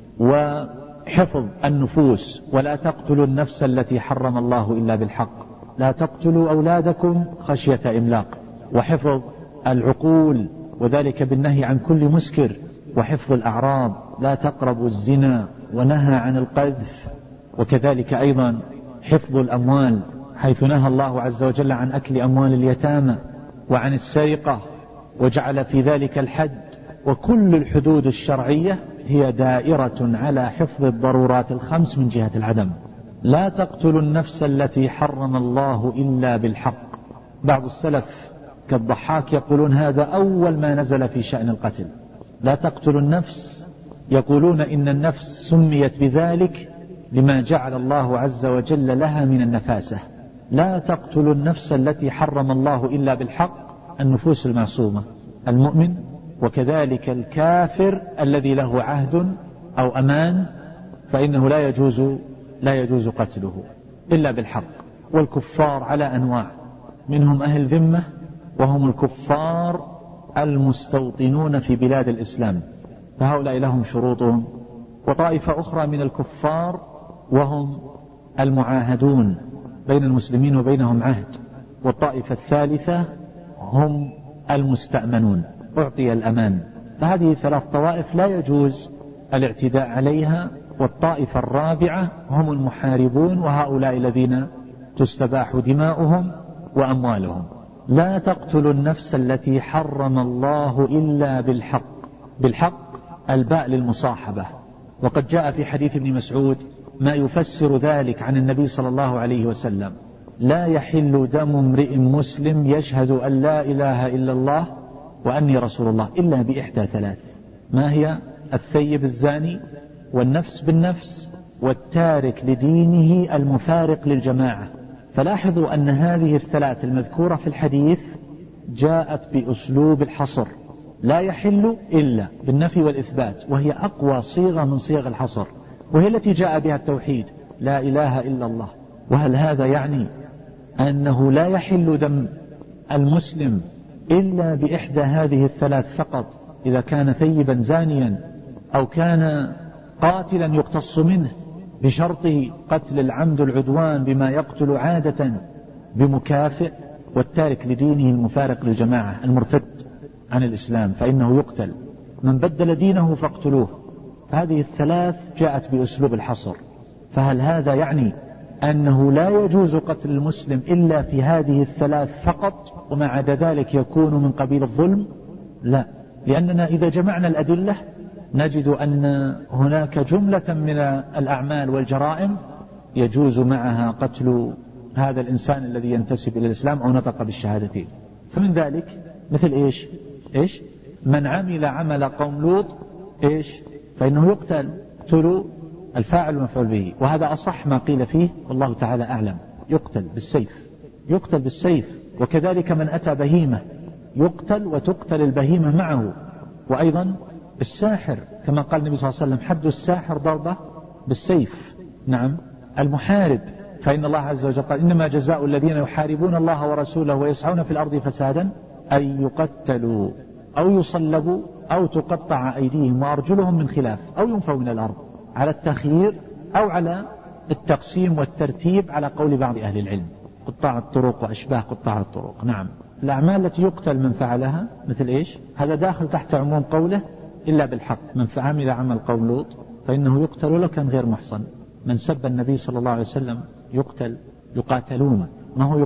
وحفظ النفوس: ولا تقتلوا النفس التي حرم الله إلا بالحق، لا تقتلوا أولادكم خشية إملاق. وحفظ العقول، وذلك بالنهي عن كل مسكر. وحفظ الأعراض: لا تقربوا الزنا، ونهى عن القذف. وكذلك أيضا حفظ الأموال، حيث نهى الله عز وجل عن أكل أموال اليتامى وعن السرقة، وجعل في ذلك الحد. وكل الحدود الشرعية هي دائرة على حفظ الضرورات الخمس من جهة العدم. لا تقتلوا النفس التي حرم الله إلا بالحق. بعض السلف كالضحاك يقولون هذا أول ما نزل في شأن القتل. لا تقتلوا النفس، يقولون إن النفس سميت بذلك لما جعل الله عز وجل لها من النفاسة. لا تقتلوا النفس التي حرم الله إلا بالحق، النفوس المعصومة، المؤمن وكذلك الكافر الذي له عهد أو أمان، فإنه لا يجوز قتله إلا بالحق. والكفار على أنواع، منهم أهل ذمة وهم الكفار المستوطنون في بلاد الإسلام، فهؤلاء لهم شروطهم. وطائفة أخرى من الكفار وهم المعاهدون، بين المسلمين وبينهم عهد. والطائفة الثالثة هم المستأمنون، أعطي الأمان. فهذه 3 طوائف لا يجوز الاعتداء عليها. والطائفة الرابعة هم المحاربون، وهؤلاء الذين تستباح دماؤهم وأموالهم. لا تقتلوا النفس التي حرم الله إلا بالحق. بالحق الباء للمصاحبة. وقد جاء في حديث ابن مسعود ما يفسر ذلك عن النبي صلى الله عليه وسلم: لا يحل دم امرئ مسلم يشهد أن لا إله إلا الله وأني رسول الله إلا بإحدى 3. ما هي؟ الثيب الزاني، والنفس بالنفس، والتارك لدينه المفارق للجماعة. فلاحظوا أن هذه 3 المذكورة في الحديث جاءت بأسلوب الحصر. لا يحل إلا بالنفي والإثبات، وهي أقوى صيغة من صيغ الحصر، وهي التي جاء بها التوحيد: لا إله إلا الله. وهل هذا يعني أنه لا يحل دم المسلم إلا بإحدى هذه 3 فقط، إذا كان ثيبا زانيا أو كان قاتلا يقتص منه بشرطه قتل العمد العدوان بما يقتل عادة بمكافئ، والتارك لدينه المفارق للجماعة المرتد عن الإسلام فإنه يقتل، من بدل دينه فاقتلوه. هذه 3 جاءت بأسلوب الحصر. فهل هذا يعني أنه لا يجوز قتل المسلم إلا في هذه 3 فقط، وما عدا ذلك يكون من قبيل الظلم؟ لا، لأننا إذا جمعنا الأدلة نجد أن هناك جملة من الأعمال والجرائم يجوز معها قتل هذا الإنسان الذي ينتسب إلى الإسلام أو نطق بالشهادتين. فمن ذلك مثل إيش؟ من عمل عمل قوم لوط فإنه يقتل. اقتلوا الفاعل والمفعول به، وهذا أصح ما قيل فيه والله تعالى أعلم. يقتل بالسيف. وكذلك من أتى بهيمة يقتل وتقتل البهيمة معه. وأيضا الساحر كما قال النبي صلى الله عليه وسلم: حد الساحر ضربة بالسيف. نعم. المحارب، فإن الله عز وجل قال: إنما جزاء الذين يحاربون الله ورسوله ويسعون في الأرض فسادا أن يقتلوا أو يصلبوا أو تقطع أيديهم وأرجلهم من خلاف أو ينفوا من الأرض، على التخيير أو على التقسيم والترتيب على قول بعض أهل العلم، قطاع الطرق وأشباه قطاع الطرق. نعم. الأعمال التي يقتل من فعلها مثل هذا داخل تحت عموم قوله: إلا بالحق. من عمل عمل قوم لوط فإنه يقتل ولو كان غير محصن. من سب النبي صلى الله عليه وسلم يقاتلون. ما هو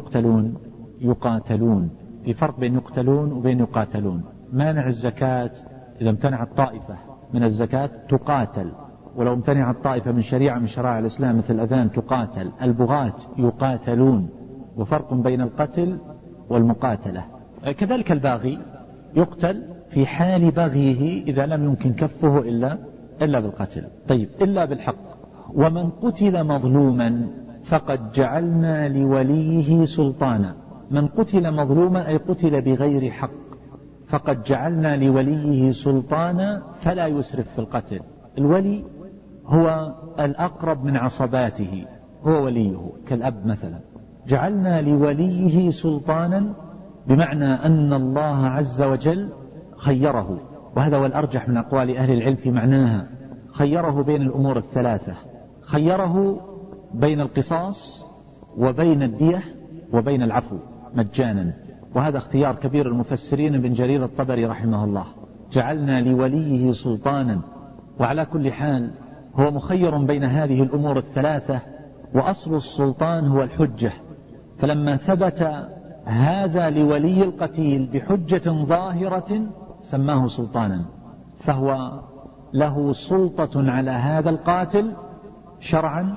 يقاتلون. في فرق بين يقتلون وبين يقاتلون. مانع الزكاة إذا امتنع الطائفة من الزكاة تقاتل، ولو امتنع الطائفة من شريعة من شرائع الإسلام مثل الأذان تقاتل. البغاة يقاتلون، وفرق بين القتل والمقاتلة. كذلك الباغي يقتل في حال بغيه إذا لم يمكن كفه إلا بالقتل. طيب، إلا بالحق. ومن قتل مظلوما فقد جعلنا لوليه سلطانا. من قتل مظلوما أي قتل بغير حق، فقد جعلنا لوليه سلطانا فلا يسرف في القتل. الولي هو الأقرب من عصباته، هو وليه كالأب مثلا. جعلنا لوليه سلطانا بمعنى أن الله عز وجل خيره، وهذا هو الأرجح من أقوال أهل العلم في معناها. خيره بين الأمور 3، خيره بين القصاص وبين الدية وبين العفو مجانا، وهذا اختيار كبير المفسرين ابن جرير الطبري رحمه الله. جعلنا لوليه سلطانا. وعلى كل حال هو مخير بين هذه الأمور 3، وأصل السلطان هو الحجة. فلما ثبت هذا لولي القتيل بحجة ظاهرة سماه سلطانا، فهو له سلطة على هذا القاتل شرعا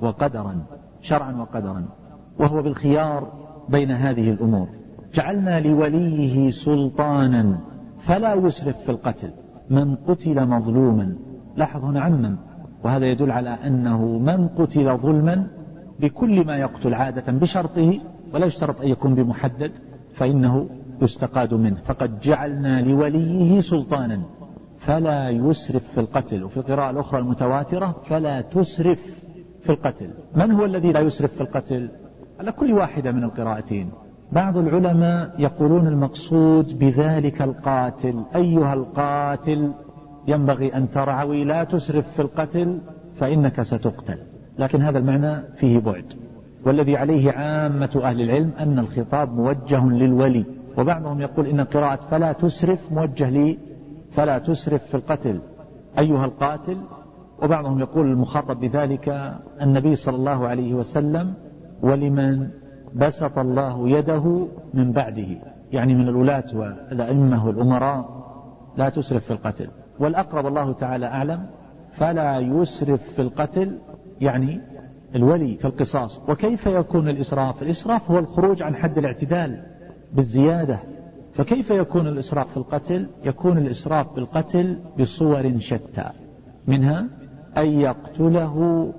وقدرا، وهو بالخيار بين هذه الأمور. جعلنا لوليه سلطانا فلا يسرف في القتل. من قتل مظلوما، لاحظ هنا عمم، وهذا يدل على أنه من قتل ظلما بكل ما يقتل عادة بشرطه، ولا يشترط أن يكون بمحدد، فإنه يستقاد منه. فقد جعلنا لوليه سلطانا فلا يسرف في القتل. وفي القراءة الأخرى المتواترة فلا تسرف في القتل. من هو الذي لا يسرف في القتل؟ على كل واحدة من القراءتين. بعض العلماء يقولون المقصود بذلك القاتل. أيها القاتل ينبغي أن ترعوي، لا تسرف في القتل فإنك ستقتل. لكن هذا المعنى فيه بعد، والذي عليه عامة أهل العلم أن الخطاب موجه للولي وبعضهم يقول إن قراءة فلا تسرف موجه لي فلا تسرف في القتل أيها القاتل. وبعضهم يقول المخاطب بذلك النبي صلى الله عليه وسلم ولمن بسط الله يده من بعده، يعني من الولاة والأئمة والأمراء، لا تسرف في القتل. والأقرب الله تعالى أعلم فلا يسرف في القتل يعني الولي في القصاص. وكيف يكون الإسراف؟ الإسراف هو الخروج عن حد الاعتدال بالزيادة. فكيف يكون الإسراف في القتل؟ يكون الإسراف في القتل بصور شتى، منها أن يقتله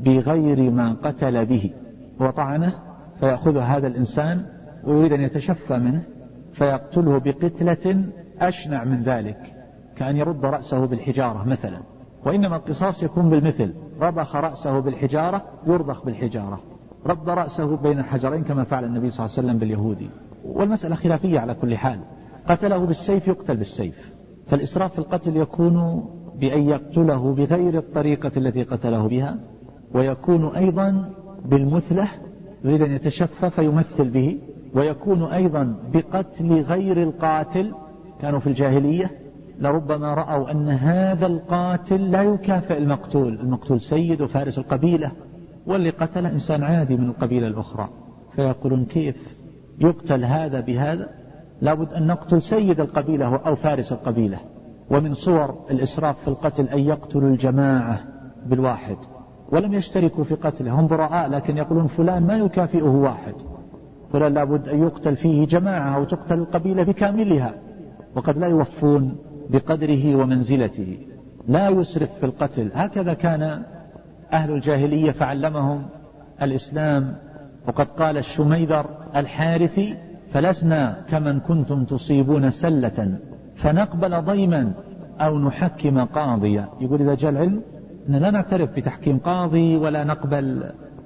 بغير ما قتل به، هو طعنه فيأخذ هذا الإنسان ويريد أن يتشفى منه فيقتله بقتلة أشنع من ذلك، كأن يرد رأسه بالحجارة مثلا. وإنما القصاص يكون بالمثل، رضخ رأسه بالحجارة يرضخ بالحجارة، رد رأسه بين حجرين كما فعل النبي صلى الله عليه وسلم باليهودي. والمسألة خلافية على كل حال. قتله بالسيف يقتل بالسيف. فالإسراف في القتل يكون بأن يقتله بغير الطريقة التي قتله بها، ويكون أيضا بالمثلة، يريد أن يتشفى فيمثل به، ويكون أيضا بقتل غير القاتل. كانوا في الجاهلية لربما رأوا أن هذا القاتل لا يكافئ المقتول، المقتول سيد وفارس القبيلة، واللي قتل إنسان عادي من القبيلة الأخرى، فيقولون كيف يقتل هذا بهذا؟ لابد أن نقتل سيد القبيلة أو فارس القبيلة. ومن صور الإسراف في القتل أن يقتل الجماعة بالواحد ولم يشتركوا في قتله، هم براء لكن يقولون فلان ما يكافئه واحد، فلان لابد أن يقتل فيه جماعة أو تقتل القبيلة بكاملها، وقد لا يوفون بقدره ومنزلته. لا يسرف في القتل. هكذا كان أهل الجاهلية فعلمهم الإسلام. وقد قال الشميذر الحارثي: فلسنا كمن كنتم تصيبون سلة فنقبل ضيما أو نحكم قاضيا. يقول إذا جاء العلم أن لا نعترف بتحكيم قاضي ولا نقبل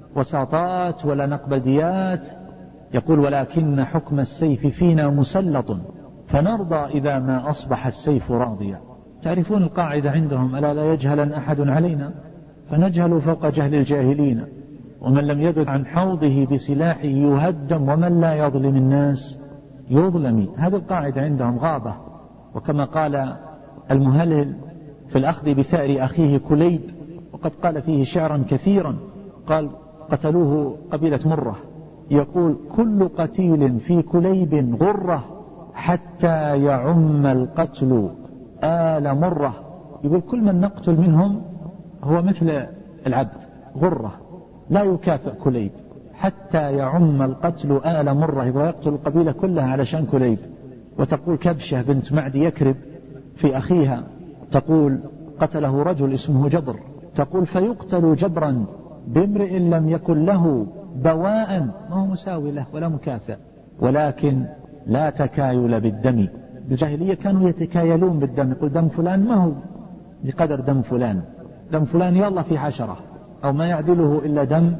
وساطات ولا نقبل ديات. يقول: ولكن حكم السيف فينا مسلط فنرضى إذا ما أصبح السيف راضيا. تعرفون القاعدة عندهم: ألا لا يجهلن أحد علينا فنجهل فوق جهل الجاهلين، ومن لم يدد عن حوضه بسلاحه يهدم، ومن لا يظلم الناس يظلم. هذه القاعدة عندهم غابة. وكما قال المهلهل في الأخذ بثأر أخيه كليب، وقد قال فيه شعرا كثيرا، قال: قتلوه قبيلة مرة، يقول: كل قتيل في كليب غرة حتى يعم القتل آل مرة. يقول كل من نقتل منهم هو مثل العبد غرة لا يكافئ كليب حتى يعم القتل آل مرة. يبغى يقتل القبيلة كلها علشان كليب. وتقول كبشة بنت معدي يكرب في أخيها، تقول: قتله رجل اسمه جبر، تقول: فيقتل جبرا بامرئ لم يكن له بواء، ما هو مساوي له ولا مكافئ. ولكن لا تكايل بالدم. بالجاهلية كانوا يتكايلون بالدم، يقول دم فلان ما هو بقدر دم فلان، دم فلان يلا في 10 أو ما يعدله إلا دم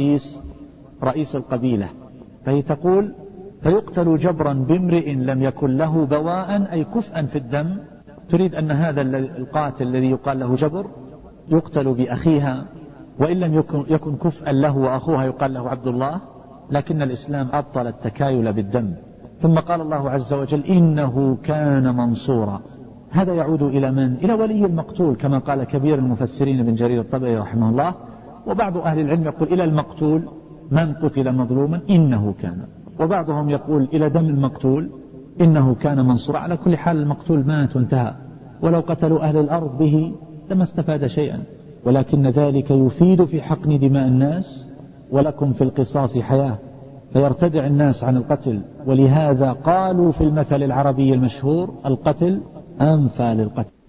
رئيس القبيلة. فهي تقول: فيقتل جبرا بامرئ لم يكن له بواء، أي كفءا في الدم. تريد أن هذا القاتل الذي يقال له جبر يقتل بأخيها، وإن لم يكن كفءا له وأخوها يقال له عبد الله. لكن الإسلام أبطل التكايل بالدم. ثم قال الله عز وجل: إنه كان منصورا. هذا يعود إلى من؟ إلى ولي المقتول، كما قال كبير المفسرين ابن جرير الطبري رحمه الله. وبعض أهل العلم يقول إلى المقتول من قتل مظلوما إنه كان، وبعضهم يقول إلى دم المقتول إنه كان منصورا. على كل حال المقتول مات وانتهى، ولو قتلوا أهل الأرض به لما استفاد شيئا، ولكن ذلك يفيد في حقن دماء الناس، ولكم في القصاص حياة، فيرتدع الناس عن القتل. ولهذا قالوا في المثل العربي المشهور: القتل أنفى للقتل.